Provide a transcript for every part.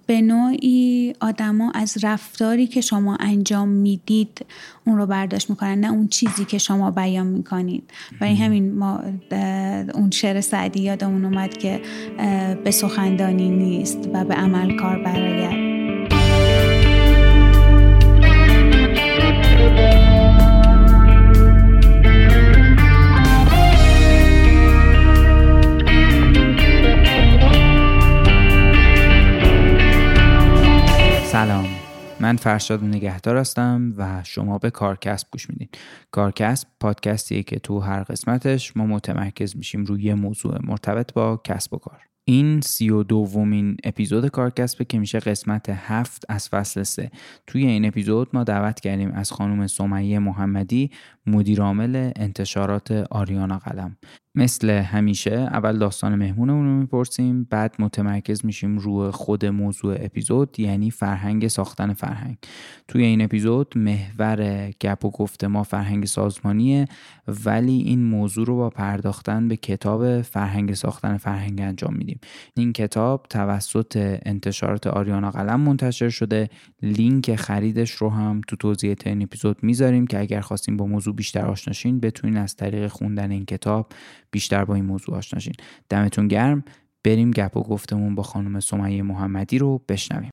به نوعی آدما از رفتاری که شما انجام میدید اون رو برداشت میکنن، نه اون چیزی که شما بیان میکنید. و این همین ما اون شعر سعدی یادمون اومد که به سخندانی نیست و به عمل کار برآید. سلام، من فرشاد نگهدار هستم و شما به کارکسب گوش میدین. کارکسب پادکستیه که تو هر قسمتش ما متمرکز میشیم روی موضوع مرتبط با کسب و کار. این 32مین اپیزود کارکسبه که میشه قسمت 7 از فصل 3. توی این اپیزود ما دعوت کردیم از خانم سمیه محمدی، مدیر عامل انتشارات آریانا قلم. مثل همیشه اول داستان مهمونمون رو میپرسیم، بعد متمرکز میشیم روی خود موضوع اپیزود، یعنی فرهنگ ساختن فرهنگ. توی این اپیزود محور گپ و گفت ما فرهنگ سازمانیه، ولی این موضوع رو با پرداختن به کتاب فرهنگ ساختن فرهنگ انجام میدیم. این کتاب توسط انتشارات آریانا قلم منتشر شده. لینک خریدش رو هم تو توضیحات این اپیزود میذاریم که اگر خواستین با موضوع بیشتر آشنا شین بتونین از طریق خوندن این کتاب بیشتر با این موضوع آشنا شین. دمتون گرم. بریم گپ و گفتمون با خانم سمیه محمدی رو بشنویم.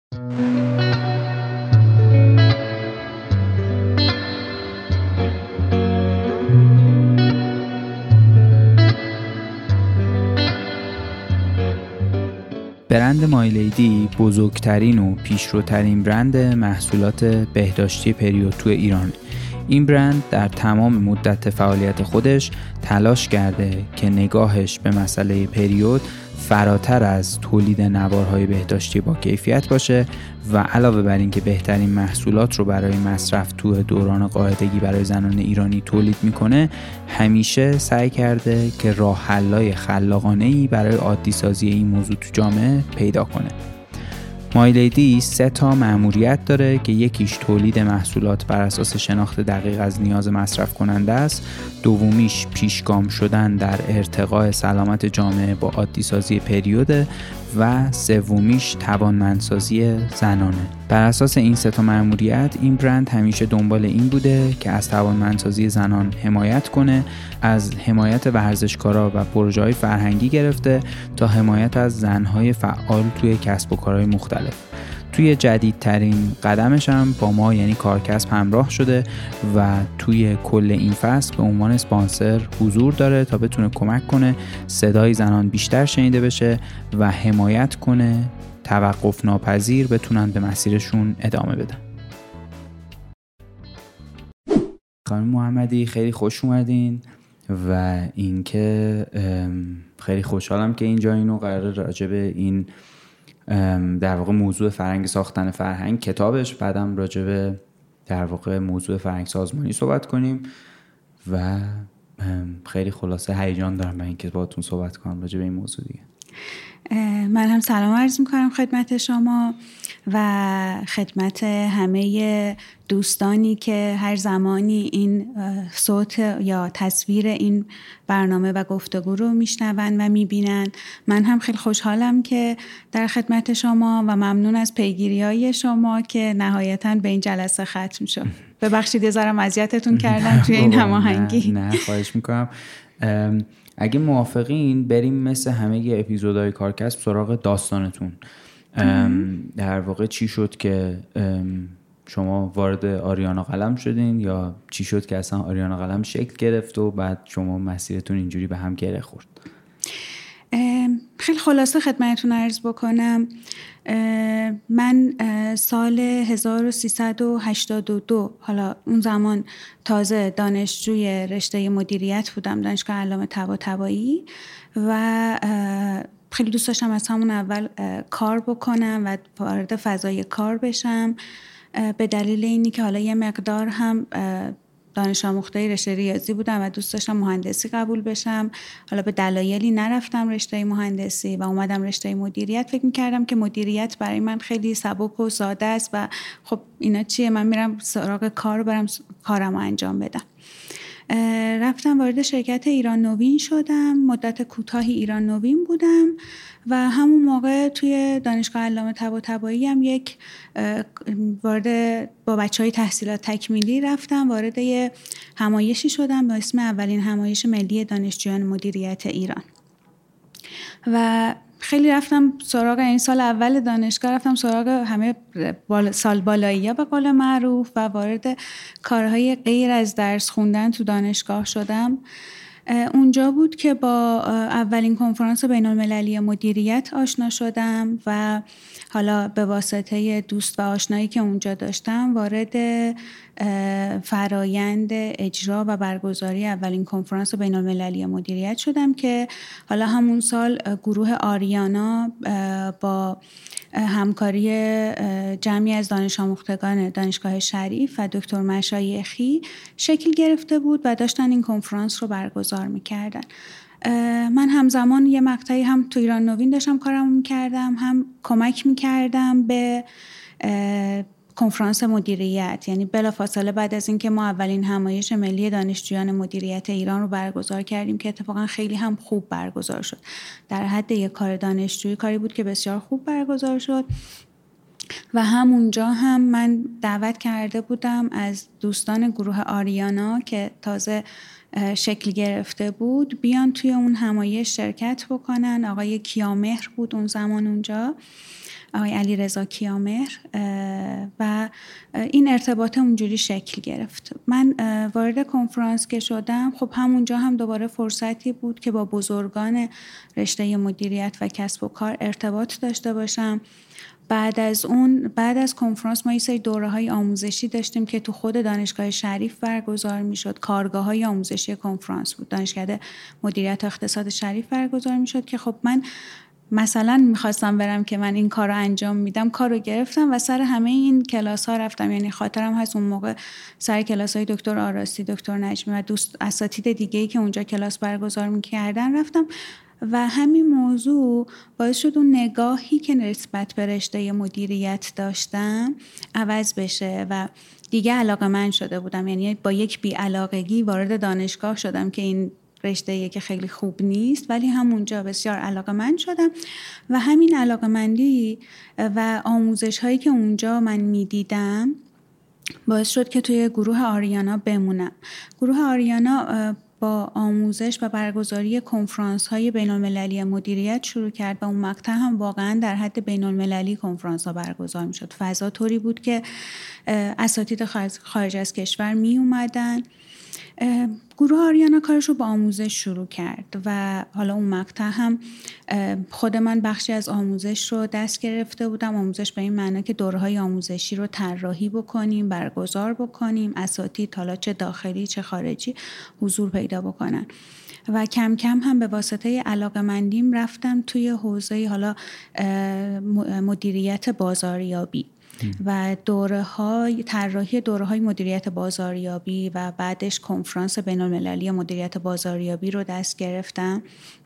برند مایلیدی بزرگترین و پیشروترین برند محصولات بهداشتی پریود تو ایران. این برند در تمام مدت فعالیت خودش تلاش کرده که نگاهش به مسئله پریود فراتر از تولید نوارهای بهداشتی با کیفیت باشه و علاوه بر این که بهترین محصولات رو برای مصرف تو دوران قاعدگی برای زنان ایرانی تولید میکنه، همیشه سعی کرده که راه حل‌های خلاقانه‌ای برای عادی سازی این موضوع تو جامعه پیدا کنه. مایلیدی 3 مأموریت داره که یکیش تولید محصولات بر اساس شناخت دقیق از نیاز مصرف کننده است، دومیش پیشگام شدن در ارتقاء سلامت جامعه با عادی سازی پریود و سومیش توانمندسازی زنانه. بر اساس این 3 مأموریت این برند همیشه دنبال این بوده که از توانمندسازی زنان حمایت کنه، از حمایت ورزشکارا و پروژه‌های فرهنگی گرفته تا حمایت از زن‌های فعال توی کسب و کارهای مختلف. توی جدیدترین قدمش هم با ما یعنی کارکسب همراه شده و توی کل این فصل به عنوان اسپانسر حضور داره تا بتونه کمک کنه صدای زنان بیشتر شنیده بشه و حمایت کنه توقف ناپذیر بتونن به مسیرشون ادامه بدن. خانم محمدی خیلی خوش اومدین و اینکه خیلی خوشحالم که اینجا اینو قراره راجع به این در واقع موضوع فرهنگ ساختن فرهنگ کتابش، بعدم راجع به در واقع موضوع فرهنگ سازمانی صحبت کنیم و خیلی خلاصه هیجان دارم برای اینکه باهاتون صحبت کنم راجع به این موضوع دیگه. من هم سلام عرض میکنم خدمت شما و خدمت همه دوستانی که هر زمانی این صوت یا تصویر این برنامه و گفتگو رو میشنون و میبینن. من هم خیلی خوشحالم که در خدمت شما و ممنون از پیگیری‌های شما که نهایتاً به این جلسه ختم شد. ببخشید یه ذره اذیتتون کردم توی این هماهنگی. نه خواهش میکنم. اگه موافقین بریم مثل همه اپیزودهای کارکسب سراغ داستانتون. در واقع چی شد که شما وارد آریانا قلم شدین یا چی شد که اصلا آریانا قلم شکل گرفت و بعد شما مسیرتون اینجوری به هم گره خورد؟ خیلی خلاصه خدمتتون عرض بکنم. من سال 1382 حالا اون زمان تازه دانشجوی رشته مدیریت بودم، دانشگاه علامه طباطبایی، و خیلی دوست داشتم از همون اول کار بکنم و وارد فضای کار بشم، به دلیل اینی که حالا یه مقدار هم دانش آموخته رشته ریاضی بودم و دوست داشتم مهندسی قبول بشم. حالا به دلایلی نرفتم رشته مهندسی و اومدم رشته مدیریت. فکر می‌کردم که مدیریت برای من خیلی سبک و ساده است و خب اینا چیه، من میرم سراغ کار برم کارمو انجام بدم. رفتم وارد شرکت ایران نوین شدم. مدت کوتاهی ایران نوین بودم و همون موقع توی دانشگاه علامه طباطبایی هم یک وارد با بچهای تحصیلات تکمیلی رفتم، وارد یه همایشی شدم به اسم اولین همایش ملی دانشجویان مدیریت ایران و خیلی رفتم سراغ این سال اول دانشگاه، رفتم سراغ همه سال بالایی ها به قول معروف و وارد کارهای غیر از درس خوندن تو دانشگاه شدم. اونجا بود که با اولین کنفرانس بین‌المللی مدیریت آشنا شدم و حالا به واسطه دوست و آشنایی که اونجا داشتم وارد فرایند اجرا و برگزاری اولین کنفرانس بین‌المللی مدیریت شدم که حالا همون سال گروه آریانا با همکاری جمعی از دانش آموختگان دانشگاه شریف و دکتر مشایخی شکل گرفته بود و داشتن این کنفرانس رو برگزار می‌کردن. من همزمان یه مقطعی هم تو ایران نوین داشتم کارم می‌کردم، هم کمک می‌کردم به کنفرانس مدیریت، یعنی بلافاصله بعد از اینکه ما اولین همایش ملی دانشجویان مدیریت ایران رو برگزار کردیم که اتفاقا خیلی هم خوب برگزار شد، در حد یک کار دانشجویی کاری بود که بسیار خوب برگزار شد و همونجا هم من دعوت کرده بودم از دوستان گروه آریانا که تازه شکل گرفته بود بیان توی اون همایش شرکت بکنن. آقای کیامهر بود اون زمان اونجا، آقای علیرضا کیامهر، و این ارتباط اونجوری شکل گرفت. من وارد کنفرانس که شدم خب همونجا هم دوباره فرصتی بود که با بزرگان رشته مدیریت و کسب و کار ارتباط داشته باشم. بعد از کنفرانس ما یه سری دوره‌های آموزشی داشتیم که تو خود دانشگاه شریف برگزار می‌شد. کارگاه‌های آموزشی کنفرانس بود. دانشکده مدیریت و اقتصاد شریف برگزار می‌شد که خب من مثلا میخواستم برم که من این کار رو انجام میدم، کار رو گرفتم و سر همه این کلاس ها رفتم. یعنی خاطرم هست اون موقع سر کلاس های دکتر آراستی، دکتر نجمی و دوست اساتید دیگه‌ای که اونجا کلاس برگزار میکردن رفتم و همین موضوع باعث شد اون نگاهی که نسبت به رشته مدیریت داشتم عوض بشه و دیگه علاقه‌مند شده بودم. یعنی با یک بی‌علاقگی وارد دانشگاه شدم که این رشته‌ای که خیلی خوب نیست، ولی همونجا بسیار علاقه‌مند شدم و همین علاقه‌مندی و آموزش‌هایی که اونجا من می‌دیدم باعث شد که توی گروه آریانا بمونم. گروه آریانا با آموزش و برگزاری کنفرانس‌های بین‌المللی مدیریت شروع کرد و اون مقطع هم واقعاً در حد بین‌المللی کنفرانس‌ها برگزار می‌شد. فضا طوری بود که اساتید خارج از کشور می اومدن. گروه آریانا کارش رو با آموزش شروع کرد و حالا اون مقطع هم خود من بخشی از آموزش رو دست گرفته بودم. آموزش به این معنی که دوره‌های آموزشی رو طراحی بکنیم، برگزار بکنیم، اساتید حالا چه داخلی چه خارجی حضور پیدا بکنن و کم کم هم به واسطه علاقه‌مندیم رفتم توی حوزه حالا مدیریت بازاریابی و طراحی دوره‌های مدیریت بازاریابی و بعدش کنفرانس بین‌المللی مدیریت بازاریابی رو دست گرفتم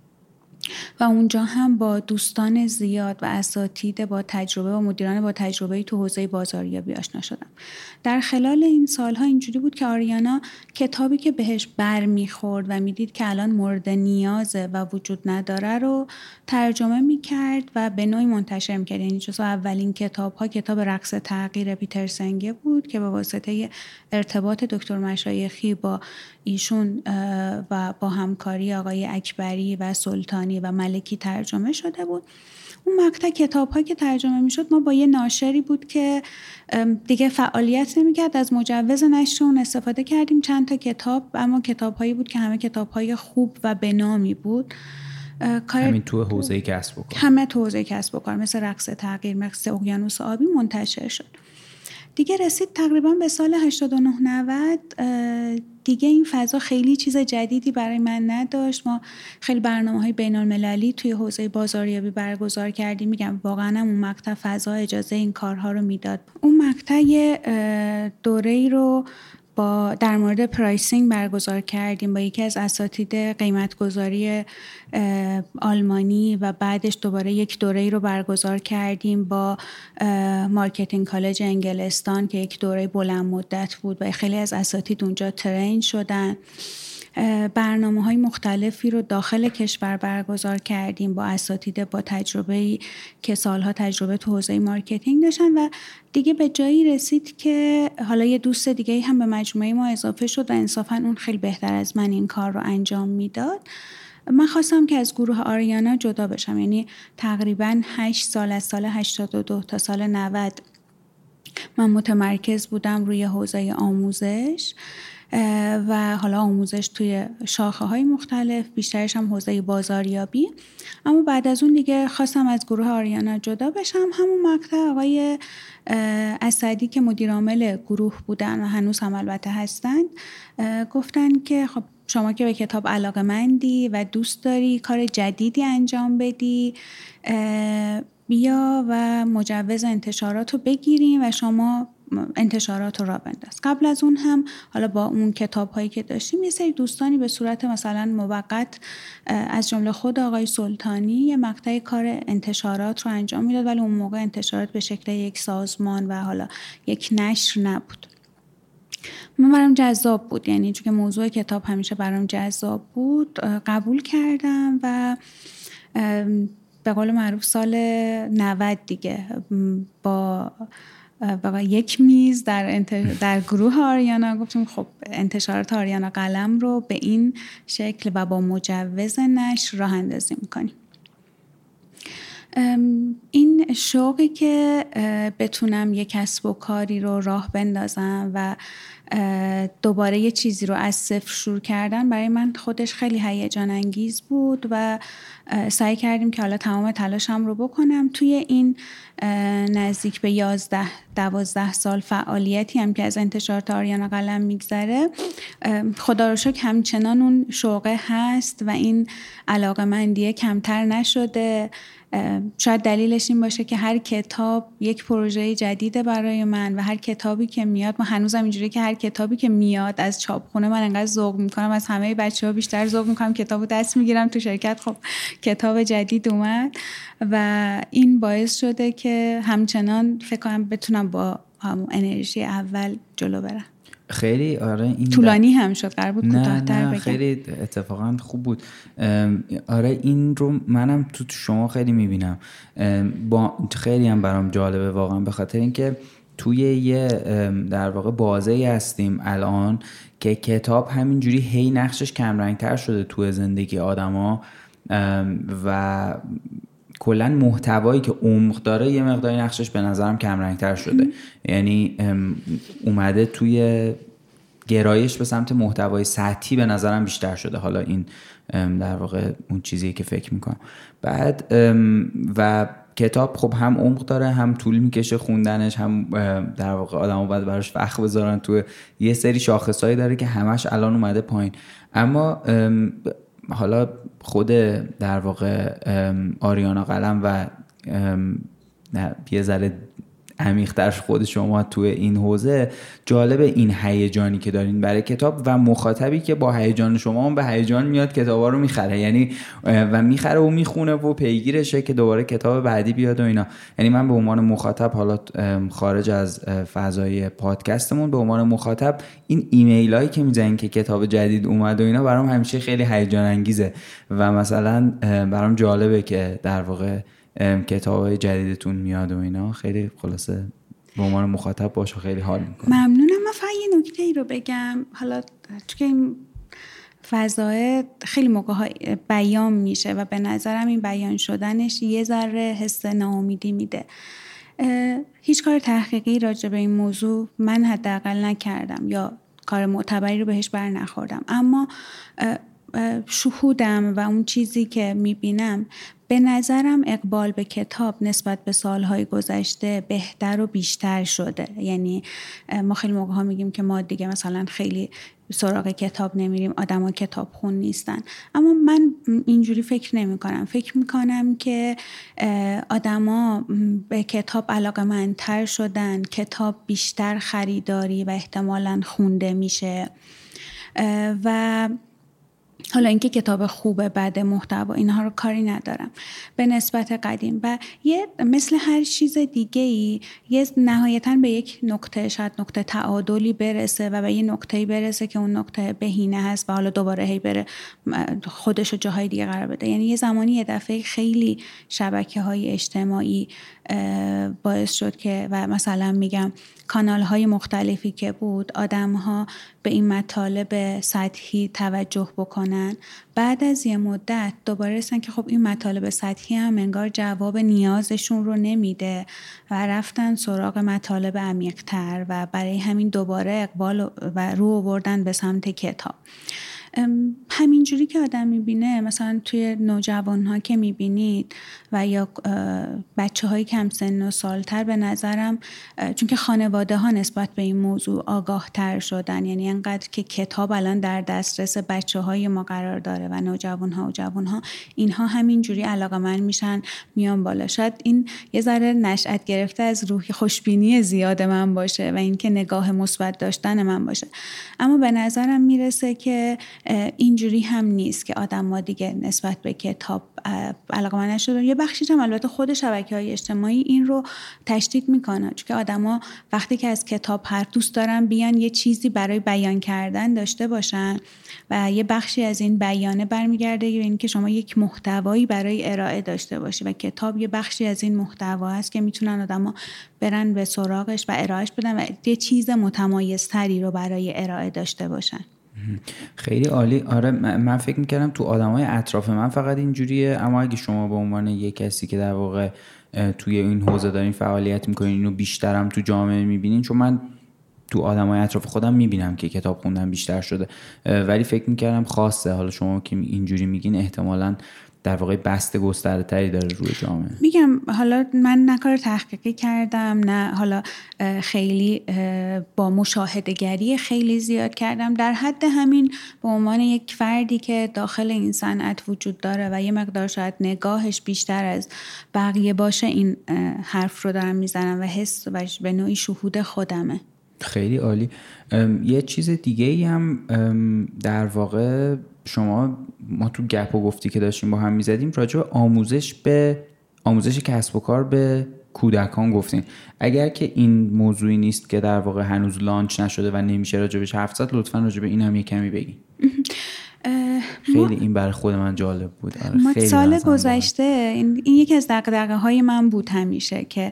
و اونجا هم با دوستان زیاد و اساتید با تجربه و مدیران با تجربه تو حوزه بازاریابی آشنا شدم. در خلال این سالها اینجوری بود که آریانا کتابی که بهش برمیخورد و میدید که الان مورد نیازه و وجود نداره رو ترجمه میکرد و به نوعی منتشر میکرد. یعنی جزو اولین کتاب‌ها کتاب رقص تغییر پیتر سنگه بود که به واسطه ارتباط دکتر مشایخی با ایشون و با همکاری آقای اکبری و سلطانی و ملکی ترجمه شده بود. اون مقطع کتاب‌ها که ترجمه می‌شد ما با یه ناشری بود که دیگه فعالیت نمی‌کرد، از مجوز نشر اون استفاده کردیم چند تا کتاب، اما کتاب‌هایی بود که همه کتاب‌های خوب و به نامی بود. همین تو حوزه کسب و کار، همه تو حوزه کسب و کار مثل رقص تغییر، مثل اقیانوس آبی منتشر شد. دیگه رسید تقریبا به سال 89-90 دیگه این فضا خیلی چیز جدیدی برای من نداشت. ما خیلی برنامه‌های بین‌المللی توی حوزه بازاریابی برگزار کردیم. میگم واقعا اون مقطع فضا اجازه این کارها رو میداد. اون مقطع دوره‌ای رو در مورد پرایسینگ برگزار کردیم با یکی از اساتید قیمتگذاری آلمانی و بعدش دوباره یک دوره‌ای رو برگزار کردیم با مارکتینگ کالج انگلستان که یک دوره بلند مدت بود و خیلی از اساتید اونجا ترین شدن. برنامه‌های مختلفی رو داخل کشور برگزار کردیم با اساتید با تجربه‌ای که سالها تجربه تو حوزه مارکتینگ داشتن و دیگه به جایی رسید که حالا یه دوست دیگه هم به مجموعه ما اضافه شد و انصافاً اون خیلی بهتر از من این کار رو انجام میداد. من خواستم که از گروه آریانا جدا بشم، یعنی تقریباً 8 سال از سال 82 تا سال 90 من متمرکز بودم روی حوزه آموزش و حالا آموزش توی شاخه‌های مختلف، بیشترش هم حوزه بازاریابی. اما بعد از اون دیگه خواستم از گروه آریانا جدا بشم. همون مقطع آقای اسدی که مدیر عامل گروه بودن و هنوز هم البته هستن گفتن که خب شما که به کتاب علاقه‌مندی و دوست داری کار جدیدی انجام بدی، بیا و مجوز انتشارات رو بگیریم و شما انتشارات رو راه بنداز. قبل از اون هم حالا با اون کتاب هایی که داشتیم یه سری دوستانی به صورت مثلا موقت از جمله خود آقای سلطانی یه مقطع کار انتشارات رو انجام میداد، ولی اون موقع انتشارات به شکل یک سازمان و حالا یک نشر نبود. من برام جذاب بود، یعنی چون که موضوع کتاب همیشه برام جذاب بود قبول کردم و به قول معروف سال 90 دیگه با یک میز در گروه آریانا گفتیم خب انتشارات آریانا قلم رو به این شکل و با مجوز نشر راه اندازی میکنیم. این شوقی که بتونم یک کسب و کاری رو راه بندازم و دوباره یه چیزی رو از صفر شروع کردن برای من خودش خیلی هیجان انگیز بود و سعی کردیم که حالا تمام تلاشم رو بکنم. توی این نزدیک به 11-12 سال فعالیتی هم که از انتشارات آریانا قلم میگذره، خدا رو شکر همچنان اون شوقه هست و این علاقه‌مندی کمتر نشده. شاید دلیلش این باشه که هر کتاب یک پروژه جدیده برای من و هر کتابی که میاد، ما هنوزم اینجوری که هر کتابی که میاد از چاپخونه من انقدر ذوق میکنم، از همه بچه‌ها بیشتر ذوق میکنم، کتابو دست میگیرم تو شرکت خب کتاب جدید اومد و این باعث شده که همچنان فکر کنم بتونم با همون انرژی اول جلو برم. خیلی آره این طولانی هم شد، قرار بود کوتاه‌تر بگم. خیلی اتفاقا خوب بود. آره این رو منم تو شما خیلی میبینم، با خیلی هم برام جالبه واقعا، به خاطر اینکه توی یه در واقع بازه‌ای هستیم الان که کتاب همینجوری هی نقشش کم رنگ‌تر شده توی زندگی آدما و کلا محتوایی که عمق داره یه مقداری نقشش به نظرم کم رنگ‌تر شده. یعنی اومده توی گرایش به سمت محتوای سطحی به نظرم بیشتر شده. حالا این در واقع اون چیزیه که فکر میکنم. بعد و کتاب خب هم عمق داره، هم طول میکشه خوندنش، هم در واقع آدم‌ها باید براش وقت بذارن. تو یه سری شاخصایی داره که همش الان اومده پایین. اما حالا خود در واقع آریانا قلم و یه ذره عمیق‌تر خود شما توی این حوزه، جالب این هیجانی که دارین برای کتاب و مخاطبی که با هیجان شما هم به هیجان میاد کتابا رو میخره، یعنی و میخره و میخونه و پیگیرشه که دوباره کتاب بعدی بیاد و اینا. یعنی من به عنوان مخاطب، حالا خارج از فضای پادکستمون، به عنوان مخاطب این ایمیلایی که میزنین که کتاب جدید اومد و اینا برام همیشه خیلی هیجان انگیزه و مثلا برام جالبه که در واقع کتابای جدیدتون میاد و اینا. خیلی خلاصه به عنوان مخاطب باشه خیلی حال میکنم. ممنونم. من فقط یه نکته ای رو بگم، حالا چون این فضای خیلی موقع‌ها بیان میشه و به نظرم این بیان شدنش یه ذره حس ناامیدی میده. هیچ کار تحقیقی راجع به این موضوع من حداقل نکردم یا کار معتبری رو بهش بر نخوردم، اما شهودم و اون چیزی که میبینم، به نظرم اقبال به کتاب نسبت به سالهای گذشته بهتر و بیشتر شده. یعنی ما خیلی موقع ها میگیم که ما دیگه مثلا خیلی سراغ کتاب نمیریم، آدما کتاب خون نیستن، اما من اینجوری فکر نمی کنم. فکر میکنم که آدما به کتاب علاقه‌مندتر شدن، کتاب بیشتر خریداری و احتمالاً خونده میشه و حالا اینکه کتاب خوبه، بده، محتوا، اینها رو کاری ندارم به نسبت قدیم. و یه مثل هر چیز دیگه‌ای یه نهایتاً به یک نقطه، شاید نقطه تعادلی برسه و به یه نقطه‌ای برسه که اون نقطه بهینه هست و حالا دوباره هی بره خودش رو جاهای دیگه قرار بده. یعنی یه زمانی یه دفعه خیلی شبکه‌های اجتماعی باعث شد که و مثلا میگم کانال‌های مختلفی که بود، آدم‌ها به این مطالب سطحی توجه بکنن. بعد از یه مدت دوباره رسیدن که خب این مطالب سطحی هم انگار جواب نیازشون رو نمیده و رفتن سراغ مطالب عمیق‌تر و برای همین دوباره اقبال و رو آوردن به سمت کتاب. همینجوری که آدم میبینه، مثلا توی نوجوان‌ها که میبینید و یا بچه‌های کم سن و سالتر، به نظرم چون که خانواده ها نسبت به این موضوع آگاه تر شدن، یعنی انقدر که کتاب الان در دسترس بچه‌های ما قرار داره و نوجوان‌ها و جوان‌ها، اینها همینجوری علاقه‌مند میشن، میان بالا. شاید این یه ذره نشأت گرفته از روحی خوشبینی زیاد من باشه و اینکه نگاه مثبت داشتن من باشه، اما به نظرم میرسه که اینجوری هم نیست که آدم‌ها دیگه نسبت به کتاب علاقه‌مند نشدن. یه بخشیش هم البته خود شبکه‌های اجتماعی این رو تشدید میکنه، چون که آدم‌ها وقتی که از کتاب دوست دارن بیان یه چیزی برای بیان کردن داشته باشن و یه بخشی از این بیانه برمیگرده به اینکه شما یک محتوایی برای ارائه داشته باشی و کتاب یه بخشی از این محتوا است که میتونن آدم‌ها برن به سراغش و ارائهش بدن و یه چیز متمایزتری رو برای ارائه داشته باشن. خیلی عالی. آره من فکر میکردم تو آدمای اطراف من فقط اینجوریه، اما اگه شما به عنوان یک کسی که در واقع توی این حوزه دارین فعالیت میکنین، اینو بیشترم تو جامعه میبینین، چون من تو آدمای اطراف خودم میبینم که کتاب خوندن بیشتر شده، ولی فکر میکردم خاصه. حالا شما که اینجوری میگین احتمالاً در واقع بست گسترده تری داره روی جامعه. میگم حالا من نه کار تحقیقی کردم، نه حالا خیلی با مشاهده‌گری خیلی زیاد کردم، در حد همین به عنوان یک فردی که داخل این صنعت وجود داره و یه مقدار شاید نگاهش بیشتر از بقیه باشه این حرف رو دارم میزنم و حس و به نوعی شهود خودمه. خیلی عالی. یه چیز دیگه ای هم در واقع ما تو گپ و گفتی که داشتیم با هم میزدیم راجع به آموزش کسب و کار به کودکان گفتین. اگر که این موضوعی نیست که در واقع هنوز لانچ نشده و نمیشه راجبش حرف زد، لطفاً راجب این هم یه کمی بگین. خیلی این برای خود من جالب بود. ما سال گذشته این یکی از دغدغه‌های من بود همیشه که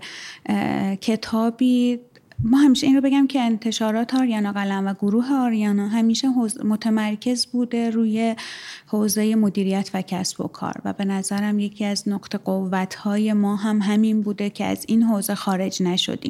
کتابی، ما همیشه این رو بگم که انتشارات آریانا قلم و گروه آریانا همیشه متمرکز بوده روی حوزه مدیریت و کسب و کار و به نظرم یکی از نقطه قوت‌های ما هم همین بوده که از این حوزه خارج نشدیم.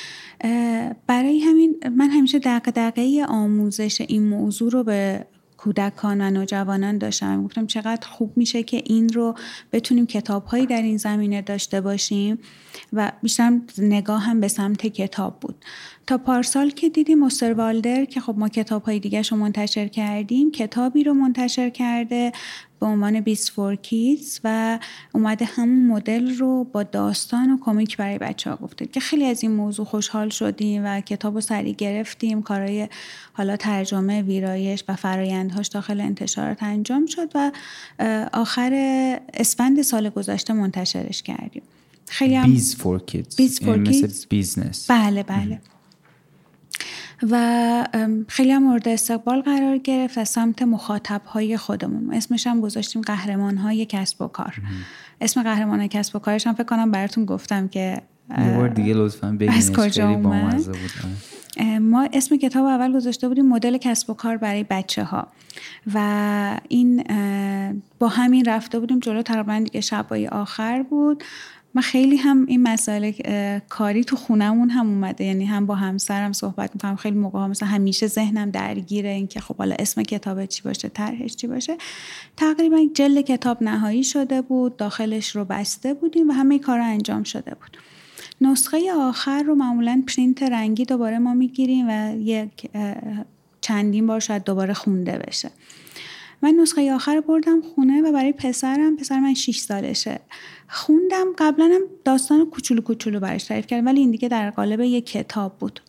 برای همین من همیشه دغدغه آموزش این موضوع رو به کودکان و نوجوانان داشتم. گفتم چقدر خوب میشه که این رو بتونیم کتاب‌هایی در این زمینه داشته باشیم و بیشتر نگاه هم به سمت کتاب بود. تا پارسال که دیدیم اوستروالدر که خب ما کتاب‌های دیگه‌شو منتشر کردیم، کتابی رو منتشر کرده به عنوان بیست فور کیدز و اومده همون مدل رو با داستان و کمیک برای بچه‌ها گفته که خیلی از این موضوع خوشحال شدیم و کتاب رو سریع گرفتیم. کارهای حالا ترجمه، ویرایش و فرآیندهاش داخل انتشارات انجام شد و آخر اسفند سال گذشته منتشرش کردیم. خیلی هم بیز فور کیدز مثل بیزنس. بله بله. و خیلی هم مورد استقبال قرار گرفت از سمت مخاطب‌های خودمون. اسمش هم گذاشتیم قهرمان‌های کسب و کار. اسم قهرمان‌های کسب و کارش هم فکر کنم براتون گفتم که یه بار دیگه لطفاً بگینش، خیلی بامزه بود. ما اسم کتاب اول گذاشته بودیم مدل کسب و کار برای بچه‌ها و این با همین رفته بودیم جلو. تقریبا دیگه شبای آخر بود من خیلی هم این مسائل کاری تو خونمون هم اومده، یعنی هم با همسرم صحبت میکنم خیلی موقع ها، مثلا همیشه ذهنم درگیره این که خب حالا اسم کتاب چی باشه، طرحش چی باشه. تقریبا جلد کتاب نهایی شده بود، داخلش رو بسته بودیم و همه کارا انجام شده بود. نسخه آخر رو معمولاً پرینت رنگی دوباره ما میگیریم و یک چندین بار شاید دوباره خونده بشه. من نسخه آخر بردم خونه و برای پسر من 6 سالشه خوندم. قبلا هم داستان کوچولو کوچولو براش تعریف کردم، ولی این دیگه در قالب یک کتاب بود.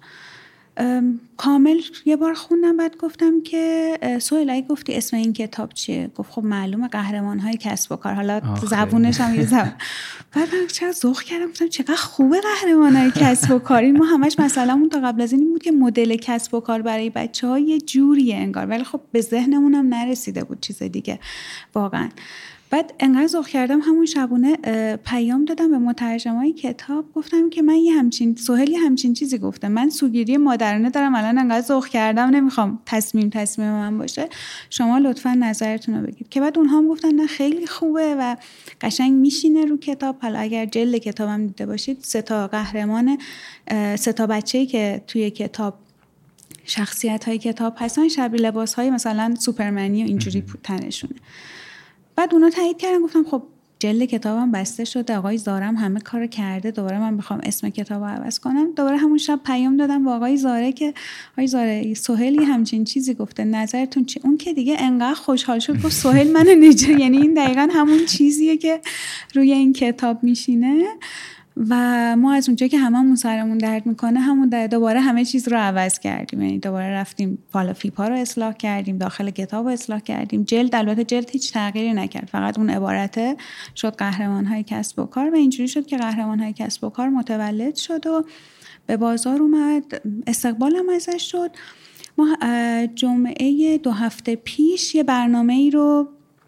کامل یه بار خوندم، بعد گفتم که سهیل گفتی اسم این کتاب چیه؟ گفت خب معلومه قهرمان‌های کسب و کار. حالا زبونش هم یه زبون. بعد من چرا ذوق کردم، گفتم چقدر خوبه قهرمان‌های کسب و کار. ما همش مثلا تا قبل از این بود که مدل کسب و کار برای بچه‌ها یه جوریه انگار، ولی خب به ذهنمون هم نرسیده بود چیز دیگه واقعا. بعد انقدر ذوق کردم همون شبونه پیام دادم به مترجمای کتاب، گفتم که من سهیل همچین چیزی گفته، من سوگیری مادرانه دارم، الان انقدر ذوق کردم نمیخوام تصمیم من باشه، شما لطفا نظرتون رو بگید. که بعد اونها هم گفتن نه خیلی خوبه و قشنگ میشینه رو کتاب. حالا اگر جلد کتابم دیده باشید 3 قهرمان 3 بچه‌ای که توی کتاب شخصیت های کتاب هستن شبیه لباس های مثلا سوپرمنی و اینجوری تنشونه. بعد اونا تایید کردن، گفتم خب جلد کتابم بسته شده، آقای زارم همه کارو کرده، دوباره من بخوام اسم کتابو عوض کنم. دوباره همون شب پیام دادم با آقای زاره که آقای زاره سهیلی همچین چیزی گفته، نظرتون چی؟ اون که دیگه انقدر خوشحال شد گفت سهیل منو یعنی این دقیقاً همون چیزیه که روی این کتاب میشینه. و ما از اونجایی که هممون سرمون درد میکنه همون دوباره همه چیز رو عوض کردیم، یعنی دوباره رفتیم فیپا رو اصلاح کردیم، داخل کتاب رو اصلاح کردیم. البته جلد هیچ تغییری نکرد، فقط اون عبارته شد قهرمان‌های کسب و کار و اینجوری شد که قهرمان‌های کسب و کار متولد شد و به بازار اومد. استقبالم ازش شد. ما جمعه 2 هفته پیش یه برنامه‌ای رو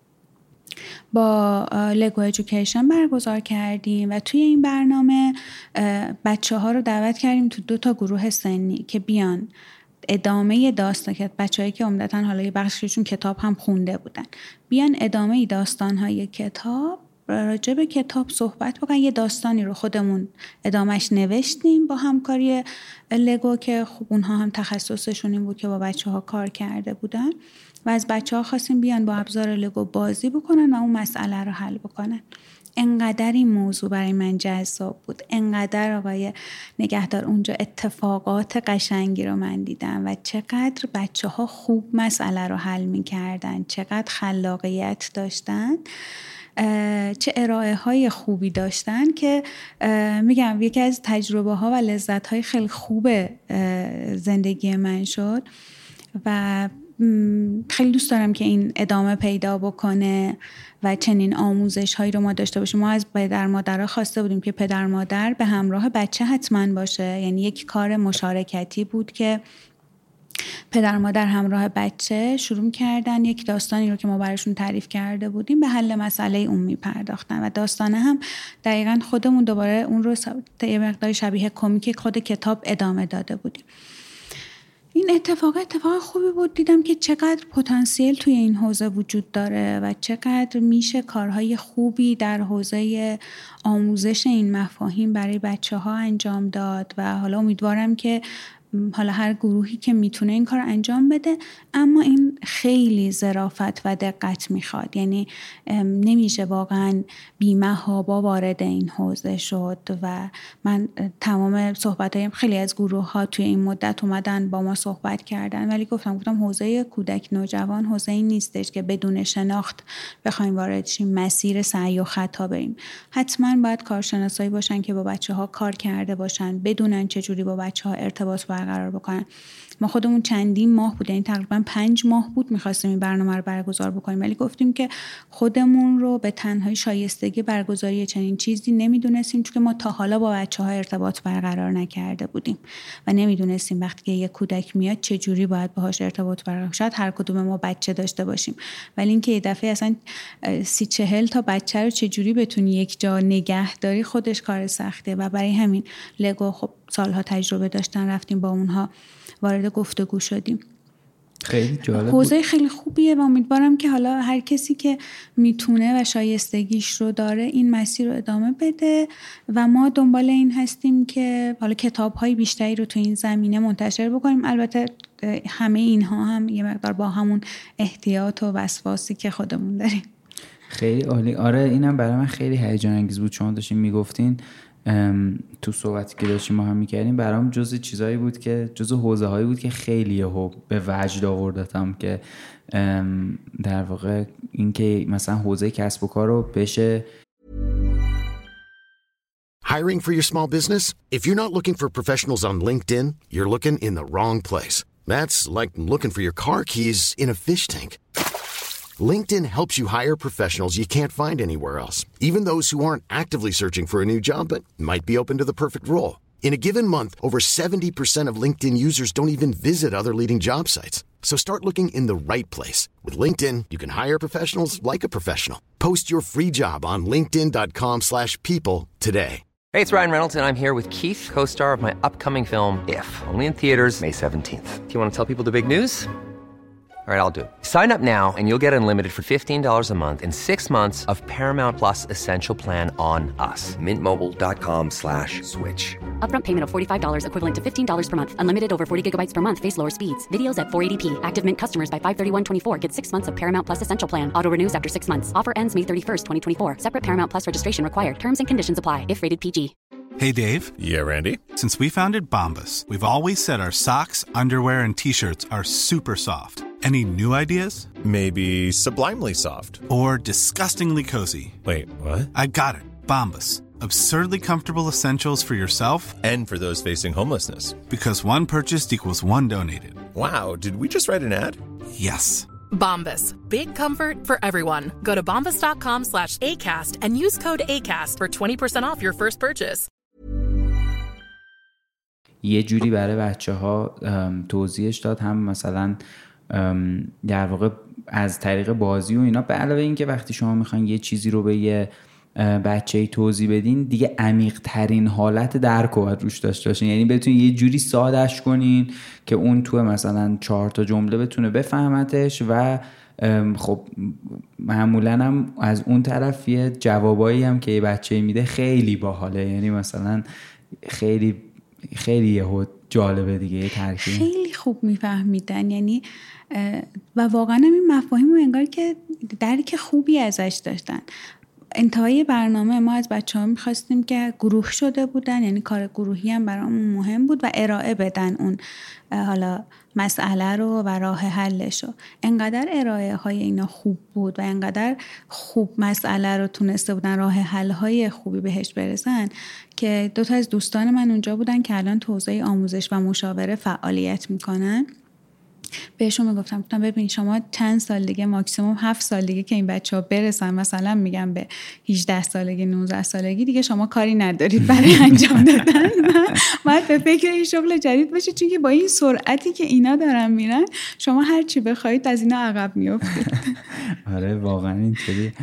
با لگو ایژوکیشن برگزار کردیم و توی این برنامه بچه‌ها رو دعوت کردیم تو 2 گروه سنی که بیان ادامه داستان، که بچه‌هایی که عمدتاً حالا یه بخششون کتاب هم خونده بودن، بیان ادامه داستان‌های کتاب، راجع به کتاب صحبت بکنن. یه داستانی رو خودمون ادامهش نوشتیم با همکاری لگو که خب اونها هم تخصصشون این بود که با بچه‌ها کار کرده بودن و از بچه‌ها خواستیم بیان با ابزار لگو بازی بکنن و اون مسئله رو حل بکنن. انقدر این موضوع برای من جذاب بود، انقدر آقای نگهدار اونجا اتفاقات قشنگی رو من دیدم و چقدر بچه‌ها خوب مسئله رو حل می‌کردن، چقدر خلاقیت داشتن، چه ارائه های خوبی داشتن که میگم یکی از تجربه ها و لذت های خیلی خوب زندگی من شد و خیلی دوست دارم که این ادامه پیدا بکنه و چنین آموزش هایی رو ما داشته باشیم. ما از پدر مادرها خواسته بودیم که پدر مادر به همراه بچه حتما باشه، یعنی یک کار مشارکتی بود که پدر مادر همراه بچه شروع کردن یک داستانی رو که ما براشون تعریف کرده بودیم به حل مسئله اون میپرداختن و داستانه هم دقیقاً خودمون دوباره اون رو یه مقدار شبیه کمیک خود کتاب ادامه داده بودیم. این اتفاق خوبی بود. دیدم که چقدر پتانسیل توی این حوزه وجود داره و چقدر میشه کارهای خوبی در حوزه آموزش این مفاهیم برای بچه‌ها انجام داد و حالا امیدوارم که حالا هر گروهی که میتونه این کار انجام بده، اما این خیلی ظرافت و دقت میخواد. یعنی نمیشه واقعا بی‌محابا وارد این حوزه شد و من تمام صحبتایم خیلی از گروه ها توی این مدت اومدن با ما صحبت کردن، ولی گفتم حوزه کودک نوجوان حوزه این نیستش که بدون شناخت بخوایم وارد شیم، مسیر سعی و خطا بریم. حتما باید کارشناسایی باشن که با بچه‌ها کار کرده باشن، بدونن چجوری با بچه‌ها ارتباط برقرار بکنن. ما خودمون چندین ماه بود، یعنی تقریبا 5 ماه بود می‌خواستیم این برنامه رو برگزار بکنیم، ولی گفتیم که خودمون رو به تنهایی شایستگی برگزاری چنین چیزی نمیدونستیم، چون ما تا حالا با بچه‌ها ارتباط برقرار نکرده بودیم و نمیدونستیم وقتی که یک کودک میاد چه جوری باید باهاش ارتباط برقرار. شاید هر کدوم ما بچه داشته باشیم، ولی اینکه یه دفعه اصلا 30-40 تا بچه رو چه جوری بتونی یک جا نگه داری خودش کار سخته و برای همین لگو خب سالها تجربه داشتن، رفتیم با اونها وارد گفتگو شدیم. خیلی جالب حوزه خیلی خوبیه و امیدوارم که حالا هر کسی که میتونه و شایستگیش رو داره این مسیر رو ادامه بده و ما دنبال این هستیم که حالا کتاب‌های بیشتری رو تو این زمینه منتشر بکنیم. البته همه اینها هم یه مقدار با همون احتیاط و وسواسی که خودمون داریم. خیلی عالی. آره اینم برای من خیلی هیجان انگیز بود. شما داشتین میگفتین تو صحبتی که داشتیم ما هم میکردیم، برام جزء چیزایی بود که جزء حوزه هایی بود که خیلی به وجد آوردتم که در واقع این که مثلا حوزه کسب و کار رو بشه. Hiring for your small business? If you're not looking for professionals on LinkedIn, you're looking in the wrong place. That's like looking for your car keys in a fish tank. LinkedIn helps you hire professionals you can't find anywhere else, even those who aren't actively searching for a new job but might be open to the perfect role. In a given month, over 70% of LinkedIn users don't even visit other leading job sites. So start looking in the right place. With LinkedIn, you can hire professionals like a professional. Post your free job on linkedin.com/people today. Hey, it's Ryan Reynolds, and I'm here with Keith, co-star of my upcoming film, If, only in theaters May 17th. Do you want to tell people the big news? All right, I'll do it. Sign up now and you'll get unlimited for $15 a month and 6 months of Paramount Plus Essential Plan on us. MintMobile.com/switch. Upfront payment of $45 equivalent to $15 per month. Unlimited over 40 gigabytes per month. Face lower speeds. Videos at 480p. Active Mint customers by 531.24 get 6 months of Paramount Plus Essential Plan. Auto renews after 6 months. Offer ends May 31st, 2024. Separate Paramount Plus registration required. Terms and conditions apply if rated PG. Hey, Dave. Yeah, Randy. Since we founded Bombas, we've always said our socks, underwear, and T-shirts are super soft. Any new ideas? Maybe sublimely soft. Or disgustingly cozy. Wait, what? I got it. Bombas. Absurdly comfortable essentials for yourself and for those facing homelessness. Because one purchased equals one donated. Wow, did we just write an ad? Yes. Bombas. Big comfort for everyone. Go to bombas.com/ACAST and use code ACAST for 20% off your first purchase. یه جوری برای بچه‌ها توضیحش داد، هم مثلا در واقع از طریق بازی و اینا، به علاوه این که وقتی شما میخواین یه چیزی رو به یه بچه‌ای توضیح بدین دیگه عمیق ترین حالت درک رو باید روش داشته باشین، یعنی بتونین یه جوری سادهش کنین که اون تو مثلا 4 تا جمله بتونه بفهمتش و خب معمولا هم از اون طرف یه جوابایی هم که یه بچه‌ای میده خیلی باحاله، یعنی مثلا خیلی جالبه دیگه، یه ترکیب خیلی خوب میفهمیدن، یعنی و واقعا این مفاهیم رو انگار که درک خوبی ازش داشتن. انتهای برنامه ما از بچه‌ها می‌خواستیم که گروه شده بودن، یعنی کار گروهی هم برامون مهم بود و ارائه بدن اون حالا مسئله رو و راه حلش رو. انقدر ارائه های اینا خوب بود و انقدر خوب مسئله رو تونسته بودن راه حل های خوبی بهش برسن که 2 تا از دوستان من اونجا بودن که الان تو حوزه آموزش و مشاوره فعالیت میکنن. بهشون گفتم ببین شما چند سال دیگه، ماکسیموم 7 سال دیگه که این بچه‌ها برسن مثلا میگم به 18 سالگی 19 سالگی دیگه شما کاری ندارید برای انجام دادن، باید به فکر این شغل جدید باشید، چون که با این سرعتی که اینا دارن میرن شما هر چی بخواید از اینا عقب میافتید. آره واقعا اینطوری.